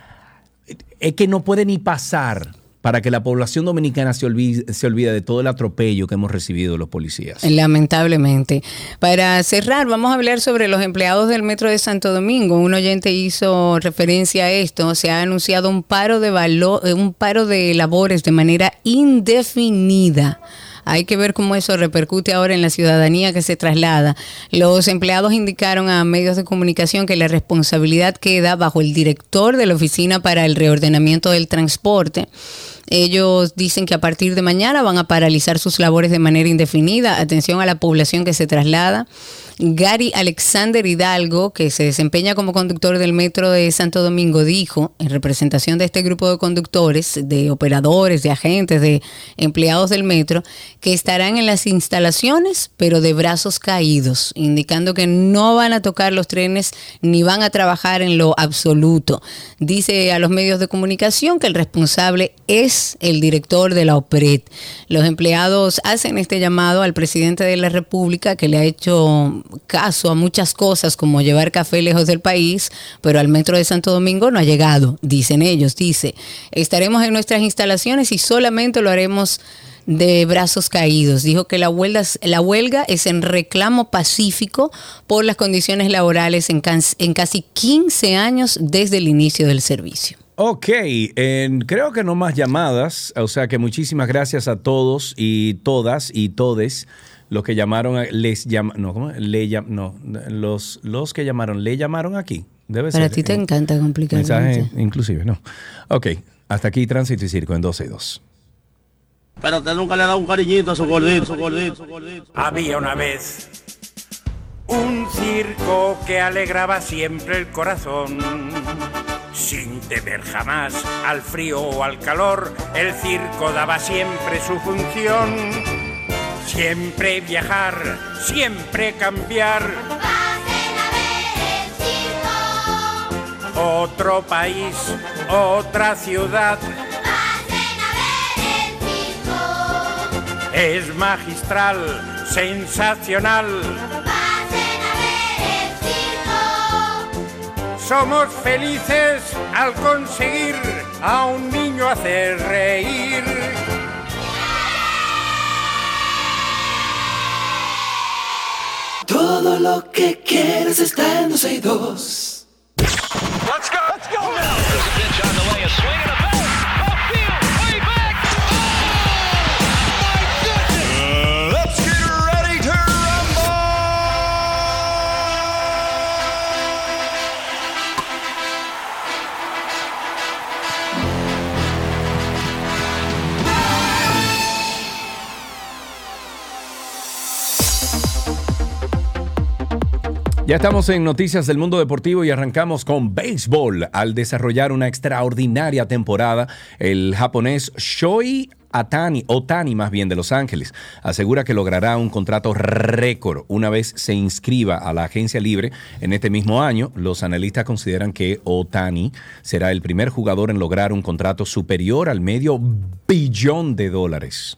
es que no puede ni pasar para que la población dominicana se olvide, se olvide de todo el atropello que hemos recibido de los policías. Lamentablemente. Para cerrar, vamos a hablar sobre los empleados del Metro de Santo Domingo. Un oyente hizo referencia a esto. Se ha anunciado un paro de valo- un paro de labores de manera indefinida. Hay que ver cómo eso repercute ahora en la ciudadanía que se traslada. Los empleados indicaron a medios de comunicación que la responsabilidad queda bajo el director de la Oficina para el Reordenamiento del Transporte. Ellos dicen que a partir de mañana van a paralizar sus labores de manera indefinida. Atención a la población que se traslada. Gary Alexander Hidalgo, que se desempeña como conductor del Metro de Santo Domingo, dijo, en representación de este grupo de conductores, de operadores, de agentes, de empleados del Metro, que estarán en las instalaciones, pero de brazos caídos, indicando que no van a tocar los trenes ni van a trabajar en lo absoluto. Dice a los medios de comunicación que el responsable es el director de la OPRED. Los empleados hacen este llamado al presidente de la República, que le ha hecho caso a muchas cosas como llevar café lejos del país, pero al Metro de Santo Domingo no ha llegado, dicen ellos. Dice, estaremos en nuestras instalaciones y solamente lo haremos de brazos caídos. Dijo que la huelga, la huelga es en reclamo pacífico por las condiciones laborales en, can, en casi quince años desde el inicio del servicio. Ok, eh, creo que no más llamadas, o sea que muchísimas gracias a todos y todas y todes los que llamaron, les llama, no, ¿cómo? Le llam, no, los, los que llamaron, le llamaron aquí. Debe Para ser. ti te eh, encanta complicar. Mensaje inclusive, no. Ok, hasta aquí Tránsito y Circo en doce y dos. Pero usted nunca le ha dado un cariñito a su gordito, su gordito, su gordito. Había una vez Un circo que alegraba siempre el corazón. Sin temer jamás al frío o al calor, el circo daba siempre su función. Siempre viajar, siempre cambiar. Pasen a ver el circo. Otro país, otra ciudad. Pasen a ver el circo. Es magistral, sensacional. Pasen a ver el circo. Somos felices al conseguir a un niño hacer reír. Todo lo que quieres está en doce y dos. Let's go, let's go. There's a pitch on the way, a swing and a bat. Left field, way back. Oh, my goodness. Let's get ready to rumble. Ya estamos en Noticias del Mundo Deportivo y arrancamos con béisbol. Al desarrollar una extraordinaria temporada, el japonés Shohei Ohtani, Ohtani más bien de Los Ángeles, asegura que logrará un contrato récord una vez se inscriba a la agencia libre en este mismo año. Los analistas consideran que Ohtani será el primer jugador en lograr un contrato superior al medio billón de dólares.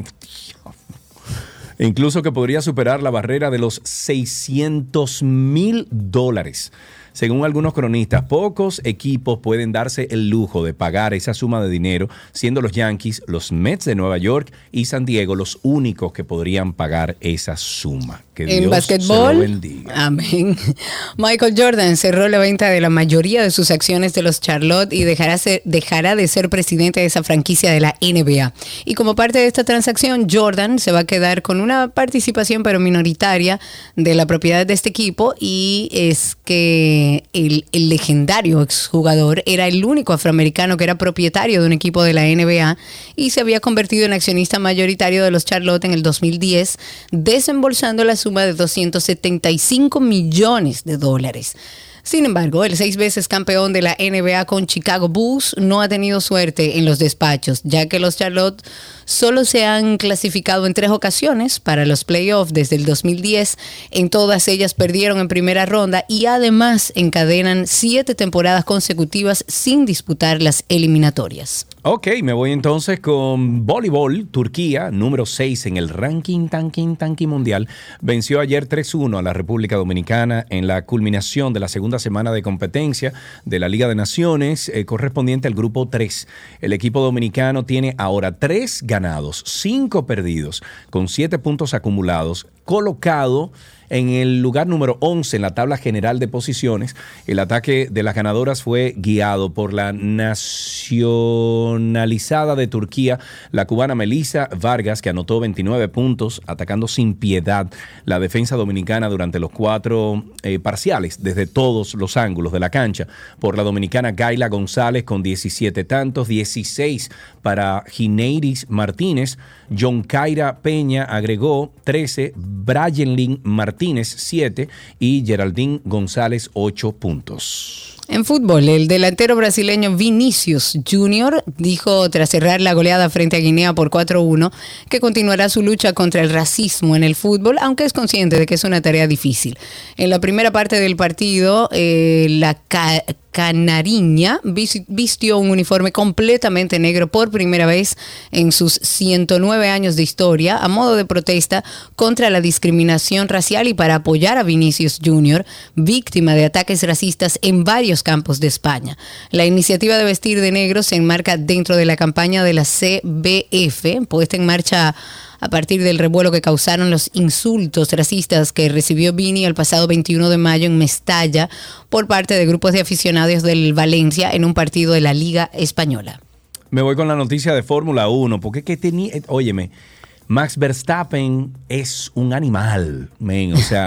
Incluso que podría superar la barrera de los seiscientos mil dólares. Según algunos cronistas, pocos equipos pueden darse el lujo de pagar esa suma de dinero, siendo los Yankees, los Mets de Nueva York y San Diego los únicos que podrían pagar esa suma. Que en Dios básquetbol, se lo bendiga. Amén. Michael Jordan cerró la venta de la mayoría de sus acciones de los Charlotte y dejará, ser, dejará de ser presidente de esa franquicia de la N B A. Y como parte de esta transacción, Jordan se va a quedar con una participación pero minoritaria de la propiedad de este equipo, y es que el, el legendario exjugador era el único afroamericano que era propietario de un equipo de la N B A y se había convertido en accionista mayoritario de los Charlotte en el dos mil diez, desembolsando la suma de doscientos setenta y cinco millones de dólares. Sin embargo, el seis veces campeón de la N B A con Chicago Bulls no ha tenido suerte en los despachos, ya que los Charlotte solo se han clasificado en tres ocasiones para los playoffs desde el dos mil diez. En todas ellas perdieron en primera ronda y además encadenan siete temporadas consecutivas sin disputar las eliminatorias. Ok, me voy entonces con voleibol. Turquía, número seis en el ranking tanking tanking mundial, venció ayer tres uno a la República Dominicana en la culminación de la segunda semana de competencia de la Liga de Naciones eh, correspondiente al grupo tres. El equipo dominicano tiene ahora tres ganados, cinco perdidos, con siete puntos acumulados, colocado en el lugar número once en la tabla general de posiciones. El ataque de las ganadoras fue guiado por la nacionalizada de Turquía, la cubana Melissa Vargas, que anotó veintinueve puntos, atacando sin piedad la defensa dominicana durante los cuatro eh, parciales, desde todos los ángulos de la cancha. Por la dominicana Gaila González con diecisiete tantos, dieciséis para Gineiris Martínez, John Kaira Peña agregó trece, Brian Lynn Martínez siete y Geraldine González ocho puntos. En fútbol, el delantero brasileño Vinicius Junior dijo tras cerrar la goleada frente a Guinea por cuatro uno que continuará su lucha contra el racismo en el fútbol, aunque es consciente de que es una tarea difícil. En la primera parte del partido, eh, la ca- canariña vistió un uniforme completamente negro por primera vez en sus ciento nueve años de historia, a modo de protesta contra la discriminación racial y para apoyar a Vinicius Junior, víctima de ataques racistas en varios campos de España. La iniciativa de vestir de negro se enmarca dentro de la campaña de la C B F, puesta en marcha a partir del revuelo que causaron los insultos racistas que recibió Vini el pasado veintiuno de mayo en Mestalla por parte de grupos de aficionados del Valencia en un partido de la Liga Española. Me voy con la noticia de Fórmula uno, porque que tenía, óyeme, Max Verstappen es un animal, men, o sea,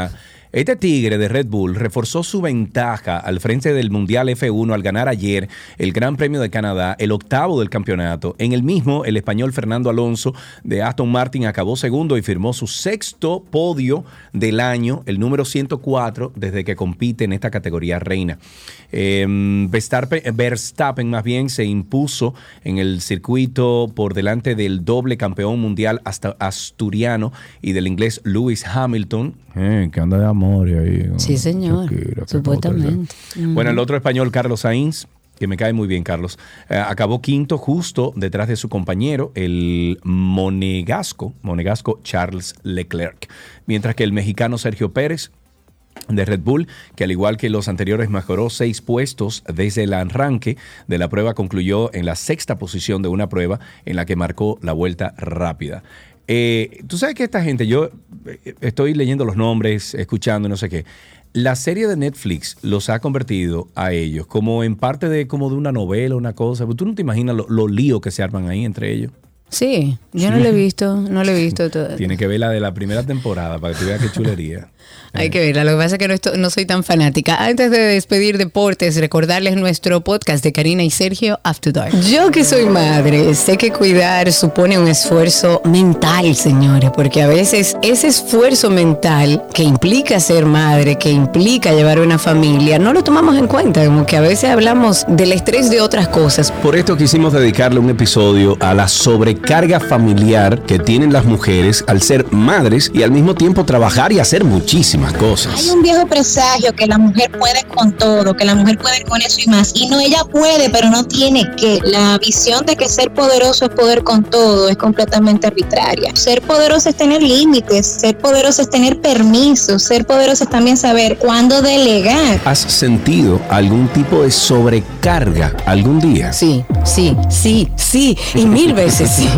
Este tigre de Red Bull reforzó su ventaja al frente del Mundial F uno al ganar ayer el Gran Premio de Canadá, el octavo del campeonato. En el mismo, el español Fernando Alonso de Aston Martin acabó segundo y firmó su sexto podio del año, el número ciento cuatro, desde que compite en esta categoría reina. Eh, Verstappen, Verstappen más bien se impuso en el circuito por delante del doble campeón mundial hasta asturiano y del inglés Lewis Hamilton. Eh, que anda de amor ahí. Sí, señor. Shakira, supuestamente. Mm. Bueno, el otro español, Carlos Sainz, que me cae muy bien, Carlos, eh, acabó quinto justo detrás de su compañero, el monegasco, monegasco Charles Leclerc. Mientras que el mexicano Sergio Pérez de Red Bull, que al igual que los anteriores mejoró seis puestos desde el arranque de la prueba, concluyó en la sexta posición de una prueba en la que marcó la vuelta rápida. Eh, tú sabes que esta gente, yo estoy leyendo los nombres, escuchando, no sé qué. La serie de Netflix los ha convertido a ellos como en parte de como de una novela, una cosa. Tú no te imaginas lo, lo lío que se arman ahí entre ellos. Sí, yo no lo he visto, no lo he visto todo. Tiene que ver la de la primera temporada para que tú veas qué chulería. Hay que verla, lo que pasa es que no, estoy, no soy tan fanática. Antes de despedir deportes, recordarles nuestro podcast de Karina y Sergio After Dark. Yo que soy madre, sé que cuidar supone un esfuerzo mental, señores, porque a veces ese esfuerzo mental que implica ser madre, que implica llevar una familia, no lo tomamos en cuenta, como que a veces hablamos del estrés de otras cosas. Por esto quisimos dedicarle un episodio a la sobrecarga familiar que tienen las mujeres al ser madres y al mismo tiempo trabajar y hacer muchísimas cosas. Hay un viejo presagio que la mujer puede con todo, que la mujer puede con eso y más. Y no, ella puede, pero no tiene que. La visión de que ser poderoso es poder con todo es completamente arbitraria. Ser poderoso es tener límites, ser poderoso es tener permisos, ser poderoso es también saber cuándo delegar. ¿Has sentido algún tipo de sobrecarga algún día? Sí, sí, sí, sí, y mil veces sí.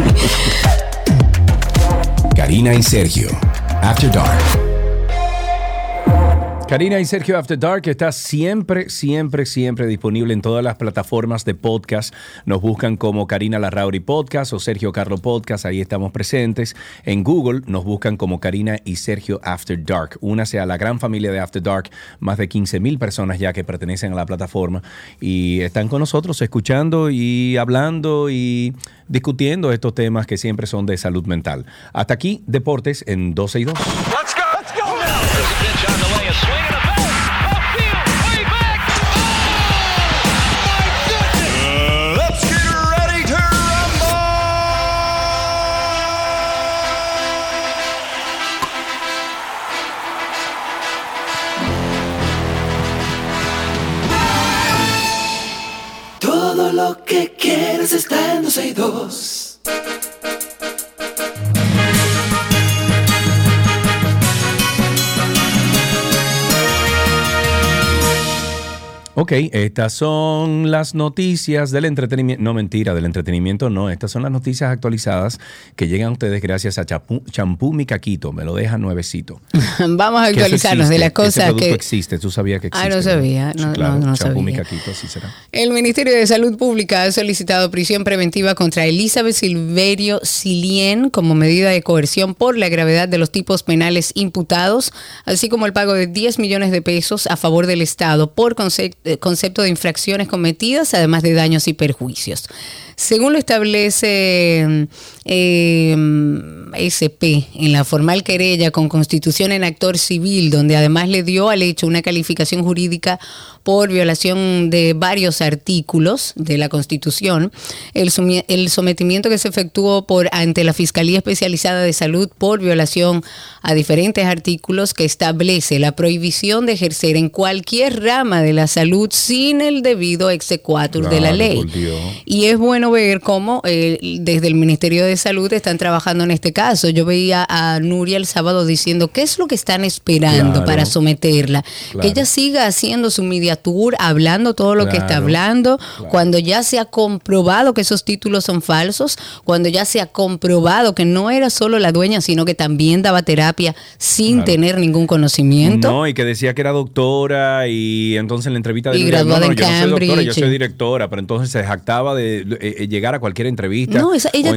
Karina y Sergio, After Dark. Karina y Sergio After Dark está siempre, siempre, siempre disponible en todas las plataformas de podcast. Nos buscan como Karina Larrauri Podcast o Sergio Carlo Podcast, ahí estamos presentes. En Google nos buscan como Karina y Sergio After Dark. Únase a la gran familia de After Dark, más de quince mil personas ya que pertenecen a la plataforma y están con nosotros escuchando y hablando y discutiendo estos temas que siempre son de salud mental. Hasta aquí, Deportes en doce y dos. Let's go. Let's go now. There's a pitch on the way, a swing and a ball. Off field, way back. Oh, my goodness. Let's get ready to rumble. Todo lo que quieres está en doce y dos. Ok, estas son las noticias del entretenimiento. No, mentira, del entretenimiento no. Estas son las noticias actualizadas que llegan a ustedes gracias a Champú, Champú Mi Caquito. Me lo deja nuevecito. Vamos a actualizarnos de las cosas Ese producto que... existe, tú sabías que existe. Ah, no sabía. No, sí, claro, no, no Champú sabía. Mi Caquito, así será. El Ministerio de Salud Pública ha solicitado prisión preventiva contra Elizabeth Silverio Silien como medida de coerción por la gravedad de los tipos penales imputados, así como el pago de diez millones de pesos a favor del Estado por concepto concepto de infracciones cometidas, además de daños y perjuicios. Según lo establece eh, S P en la formal querella con constitución en actor civil, donde además le dio al hecho una calificación jurídica por violación de varios artículos de la Constitución, el, sumi- el sometimiento que se efectuó por ante la Fiscalía Especializada de Salud por violación a diferentes artículos que establece la prohibición de ejercer en cualquier rama de la salud sin el debido exequatur Claro, de la ley. por Dios. Y es bueno ver cómo eh, desde el Ministerio de Salud están trabajando en este caso. Yo veía a Nuria el sábado diciendo qué es lo que están esperando Claro. para someterla. Claro. Que ella siga haciendo su media tour, hablando todo lo que Claro. está hablando, cuando ya se ha comprobado que esos títulos son falsos, cuando ya se ha comprobado que no era solo la dueña, sino que también daba terapia sin Claro. tener ningún conocimiento. No, y que decía que era doctora y entonces en la entrevista de Y Nuria, graduada no, no, en yo no soy doctora, yo Cambridge. soy directora, pero entonces se jactaba de eh, eh, llegar a cualquier entrevista. No, esa- ella o en tiene, cualquier-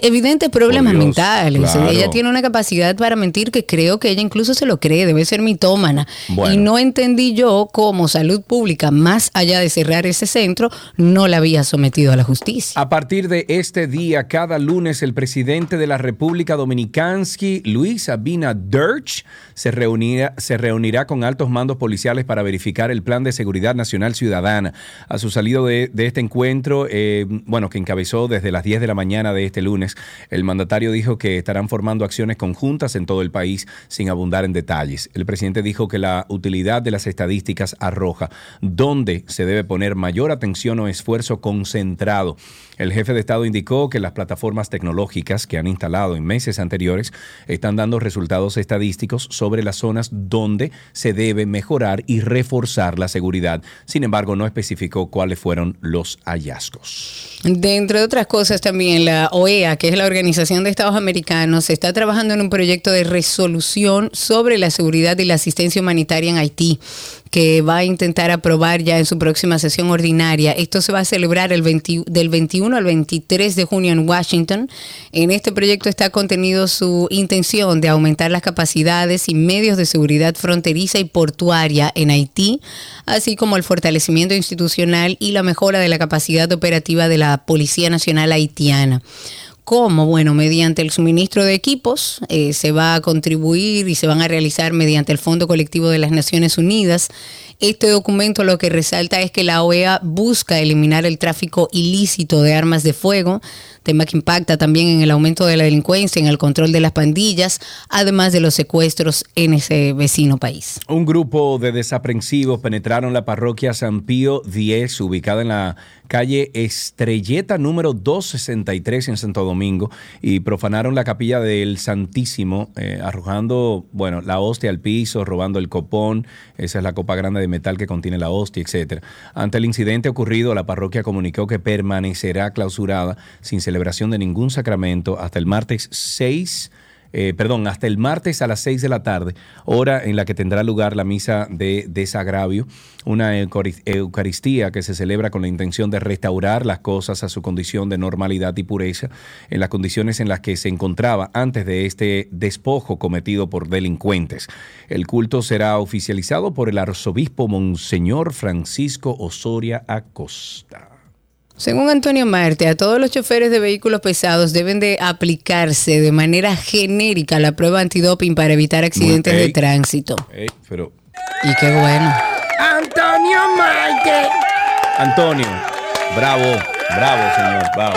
evidentes problemas Dios, mentales. claro. Ella tiene una capacidad para mentir que creo que ella incluso se lo cree, debe ser mitómana. Bueno. Y no entendí yo cómo Salud Pública, más allá de cerrar ese centro, no la había sometido a la justicia. A partir de este día, cada lunes, el presidente de la República Dominicana, Luis Abinader, se reunirá, se reunirá con altos mandos policiales para verificar el Plan de Seguridad Nacional Ciudadana. A su salida de, de este encuentro, eh, bueno, que encabezó desde las diez de la mañana de este lunes, el mandatario dijo que estarán formando acciones conjuntas en todo el país sin abundar en detalles. El presidente dijo que la utilidad de las estadísticas arroja dónde se debe poner mayor atención o esfuerzo concentrado. El jefe de Estado indicó que las plataformas tecnológicas que han instalado en meses anteriores están dando resultados estadísticos sobre las zonas donde se debe mejorar y reforzar la seguridad. Sin embargo, no especificó cuáles fueron los hallazgos. Dentro de otras cosas también, la O E A, que es la Organización de Estados Americanos, está trabajando en un proyecto de resolución sobre la seguridad y la asistencia humanitaria en Haití, que va a intentar aprobar ya en su próxima sesión ordinaria. Esto se va a celebrar el veinte, del veintiuno al veintitrés de junio en Washington. En este proyecto está contenido su intención de aumentar las capacidades y medios de seguridad fronteriza y portuaria en Haití, así como el fortalecimiento institucional y la mejora de la capacidad operativa de la Policía Nacional Haitiana. ¿Cómo? Bueno, mediante el suministro de equipos eh, se va a contribuir y se van a realizar mediante el Fondo Colectivo de las Naciones Unidas. Este documento lo que resalta es que la O E A busca eliminar el tráfico ilícito de armas de fuego, tema que impacta también en el aumento de la delincuencia, en el control de las pandillas, además de los secuestros en ese vecino país. Un grupo de desaprensivos penetraron la parroquia San Pío X, ubicada en la calle Estrelleta número doscientos sesenta y tres en Santo Domingo, y profanaron la capilla del Santísimo, eh, arrojando, bueno, la hostia al piso, robando el copón, esa es la copa grande de metal que contiene la hostia, etcétera. Ante el incidente ocurrido, la parroquia comunicó que permanecerá clausurada sin celebración de ningún sacramento hasta el martes seis Eh, perdón, hasta el martes a las seis de la tarde, hora en la que tendrá lugar la misa de desagravio, una eucaristía que se celebra con la intención de restaurar las cosas a su condición de normalidad y pureza, en las condiciones en las que se encontraba antes de este despojo cometido por delincuentes. El culto será oficializado por el arzobispo Monseñor Francisco Osoria Acosta. Según Antonio Marte, a todos los choferes de vehículos pesados deben de aplicarse de manera genérica la prueba antidoping para evitar accidentes Ey, de tránsito. Ey, pero... Y qué bueno. Antonio Marte. Antonio, bravo, bravo, señor, bravo.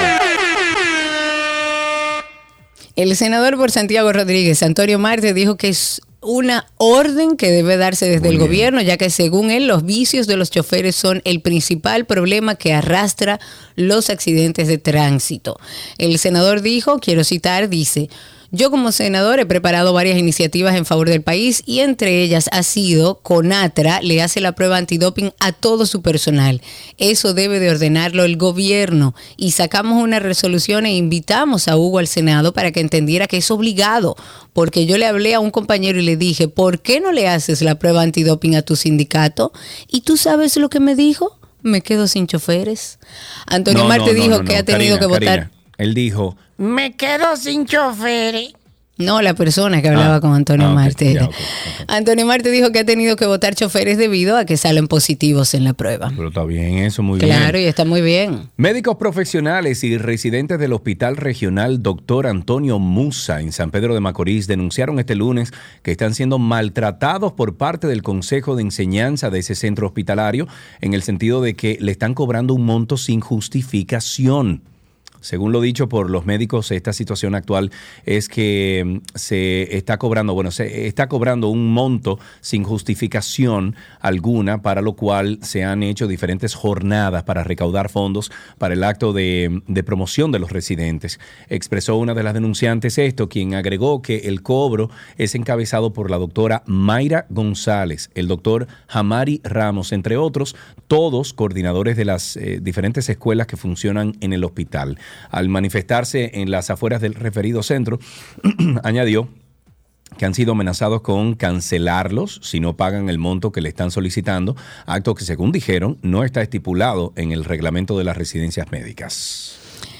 El senador por Santiago Rodríguez, Antonio Marte, dijo que es una orden que debe darse desde Muy el bien. gobierno, ya que según él los vicios de los choferes son el principal problema que arrastra los accidentes de tránsito. El senador dijo, quiero citar, dice: yo como senador he preparado varias iniciativas en favor del país y entre ellas ha sido CONATRA le hace la prueba antidoping a todo su personal. Eso debe de ordenarlo el gobierno y sacamos una resolución e invitamos a Hugo al Senado para que entendiera que es obligado, porque yo le hablé a un compañero y le dije, ¿por qué no le haces la prueba antidoping a tu sindicato? ¿Y tú sabes lo que me dijo? Me quedo sin choferes. Antonio No, Marte no, no, dijo no, que no, ha tenido Karina, que votar. Karina, él dijo... Me quedo sin choferes. No, la persona que hablaba Ah, con Antonio ah, ok, Marte. ya, ok, Antonio Marte dijo que ha tenido que votar choferes debido a que salen positivos en la prueba. Pero está bien eso, muy bien. Claro, y está muy bien. Médicos profesionales y residentes del Hospital Regional Doctor Antonio Musa en San Pedro de Macorís denunciaron este lunes que están siendo maltratados por parte del Consejo de Enseñanza de ese centro hospitalario, en el sentido de que le están cobrando un monto sin justificación. Según lo dicho por los médicos, esta situación actual es que se está cobrando, bueno, se está cobrando un monto sin justificación alguna, para lo cual se han hecho diferentes jornadas para recaudar fondos para el acto de, de promoción de los residentes. Expresó una de las denunciantes esto, quien agregó que el cobro es encabezado por la doctora Mayra González, el doctor Jamari Ramos, entre otros, todos coordinadores de las eh, diferentes escuelas que funcionan en el hospital. Al manifestarse en las afueras del referido centro, añadió que han sido amenazados con cancelarlos si no pagan el monto que le están solicitando, acto que, según dijeron, no está estipulado en el reglamento de las residencias médicas.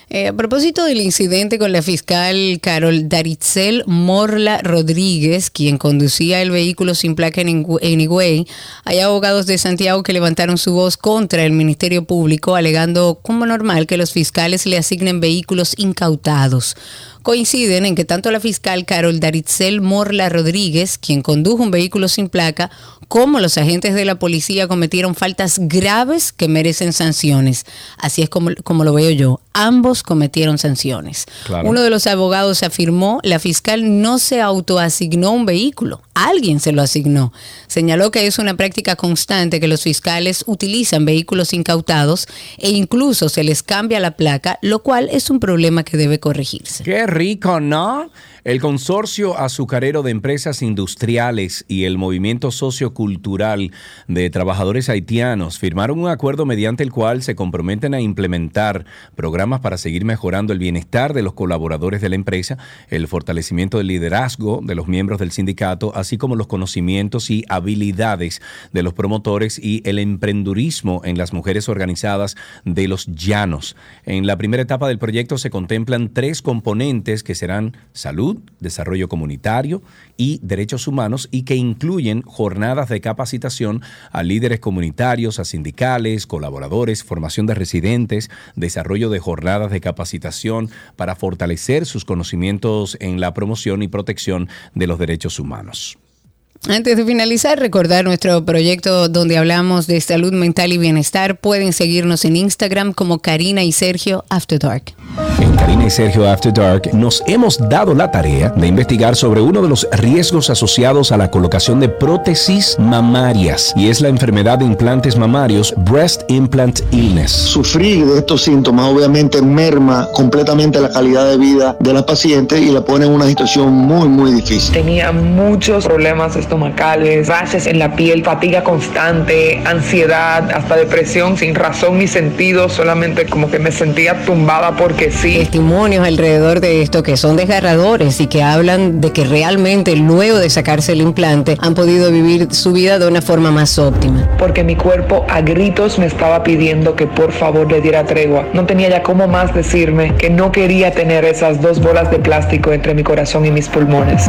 Eh, a propósito del incidente con la fiscal Carol Daritzel Morla Rodríguez, quien conducía el vehículo sin placa en, en Higüey, hay abogados de Santiago que levantaron su voz contra el Ministerio Público, alegando como normal que los fiscales le asignen vehículos incautados. Coinciden en que tanto la fiscal Carol Daritzel Morla Rodríguez, quien condujo un vehículo sin placa, como los agentes de la policía cometieron faltas graves que merecen sanciones. Así es como, como lo veo yo. Ambos cometieron sanciones. Claro. Uno de los abogados afirmó la fiscal no se autoasignó un vehículo, alguien se lo asignó. Señaló que es una práctica constante que los fiscales utilizan vehículos incautados e incluso se les cambia la placa, lo cual es un problema que debe corregirse. ¡Qué rico!, ¿no? El Consorcio Azucarero de Empresas Industriales y el Movimiento Sociocultural de Trabajadores Haitianos firmaron un acuerdo mediante el cual se comprometen a implementar programas para seguir mejorando el bienestar de los colaboradores de la empresa, el fortalecimiento del liderazgo de los miembros del sindicato, así como los conocimientos y habilidades de los promotores y el emprendurismo en las mujeres organizadas de los llanos. En la primera etapa del proyecto se contemplan tres componentes que serán salud, desarrollo comunitario y derechos humanos, y que incluyen jornadas de capacitación a líderes comunitarios, a sindicales, colaboradores, formación de residentes, desarrollo de jornadas de capacitación para fortalecer sus conocimientos en la promoción y protección de los derechos humanos. Antes de finalizar, recordar nuestro proyecto donde hablamos de salud mental y bienestar. Pueden seguirnos en Instagram como Karina y Sergio After Dark. En Karina y Sergio After Dark nos hemos dado la tarea de investigar sobre uno de los riesgos asociados a la colocación de prótesis mamarias, y es la enfermedad de implantes mamarios, Breast Implant Illness. Sufrir de estos síntomas obviamente merma completamente la calidad de vida de la paciente y la pone en una situación muy, muy difícil. Tenía muchos problemas estomacales, rashes en la piel, fatiga constante, ansiedad, hasta depresión sin razón ni sentido, solamente como que me sentía tumbada porque sí. Testimonios alrededor de esto que son desgarradores y que hablan de que realmente luego de sacarse el implante han podido vivir su vida de una forma más óptima. Porque mi cuerpo a gritos me estaba pidiendo que por favor le diera tregua. No tenía ya cómo más decirme que no quería tener esas dos bolas de plástico entre mi corazón y mis pulmones.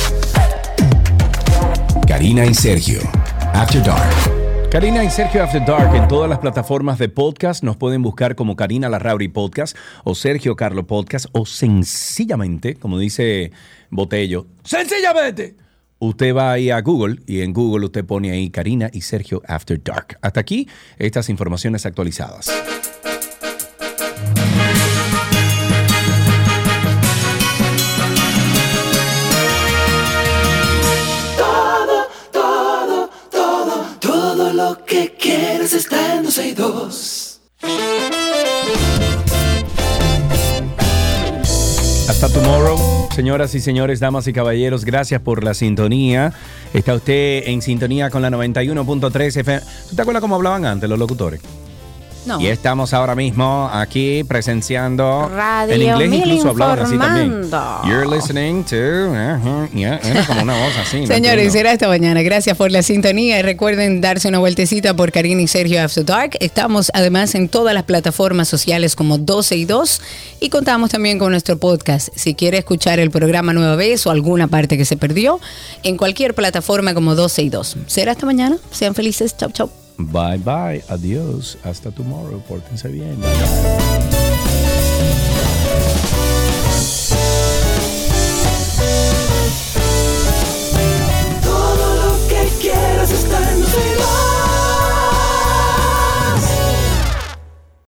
Karina y Sergio After Dark. Karina y Sergio After Dark en todas las plataformas de podcast. Nos pueden buscar como Karina Larrauri Podcast o Sergio Carlo Podcast, o sencillamente, como dice Botello, sencillamente, usted va ahí a Google y en Google usted pone ahí Karina y Sergio After Dark. Hasta aquí estas informaciones actualizadas. Lo que quieres está en doce y dos. Hasta tomorrow, señoras y señores, damas y caballeros, gracias por la sintonía. Está usted en sintonía con la noventa y uno punto tres F M. ¿Tú te acuerdas cómo hablaban antes los locutores? No. Y estamos ahora mismo aquí presenciando Radio en inglés, Mil incluso hablaban así también. informando. You're listening to uh-huh, yeah, era como una voz así. ¿no? Señores, Entiendo. será esta mañana. Gracias por la sintonía y recuerden darse una vueltecita por Karina y Sergio After Dark. Estamos además en todas las plataformas sociales como doce y dos y contamos también con nuestro podcast. Si quiere escuchar el programa nueva vez o alguna parte que se perdió, en cualquier plataforma como doce y dos. Será esta mañana. Sean felices. Chau, chau. Bye, bye. Adiós. Hasta tomorrow. Pórtense bien. Bye, bye.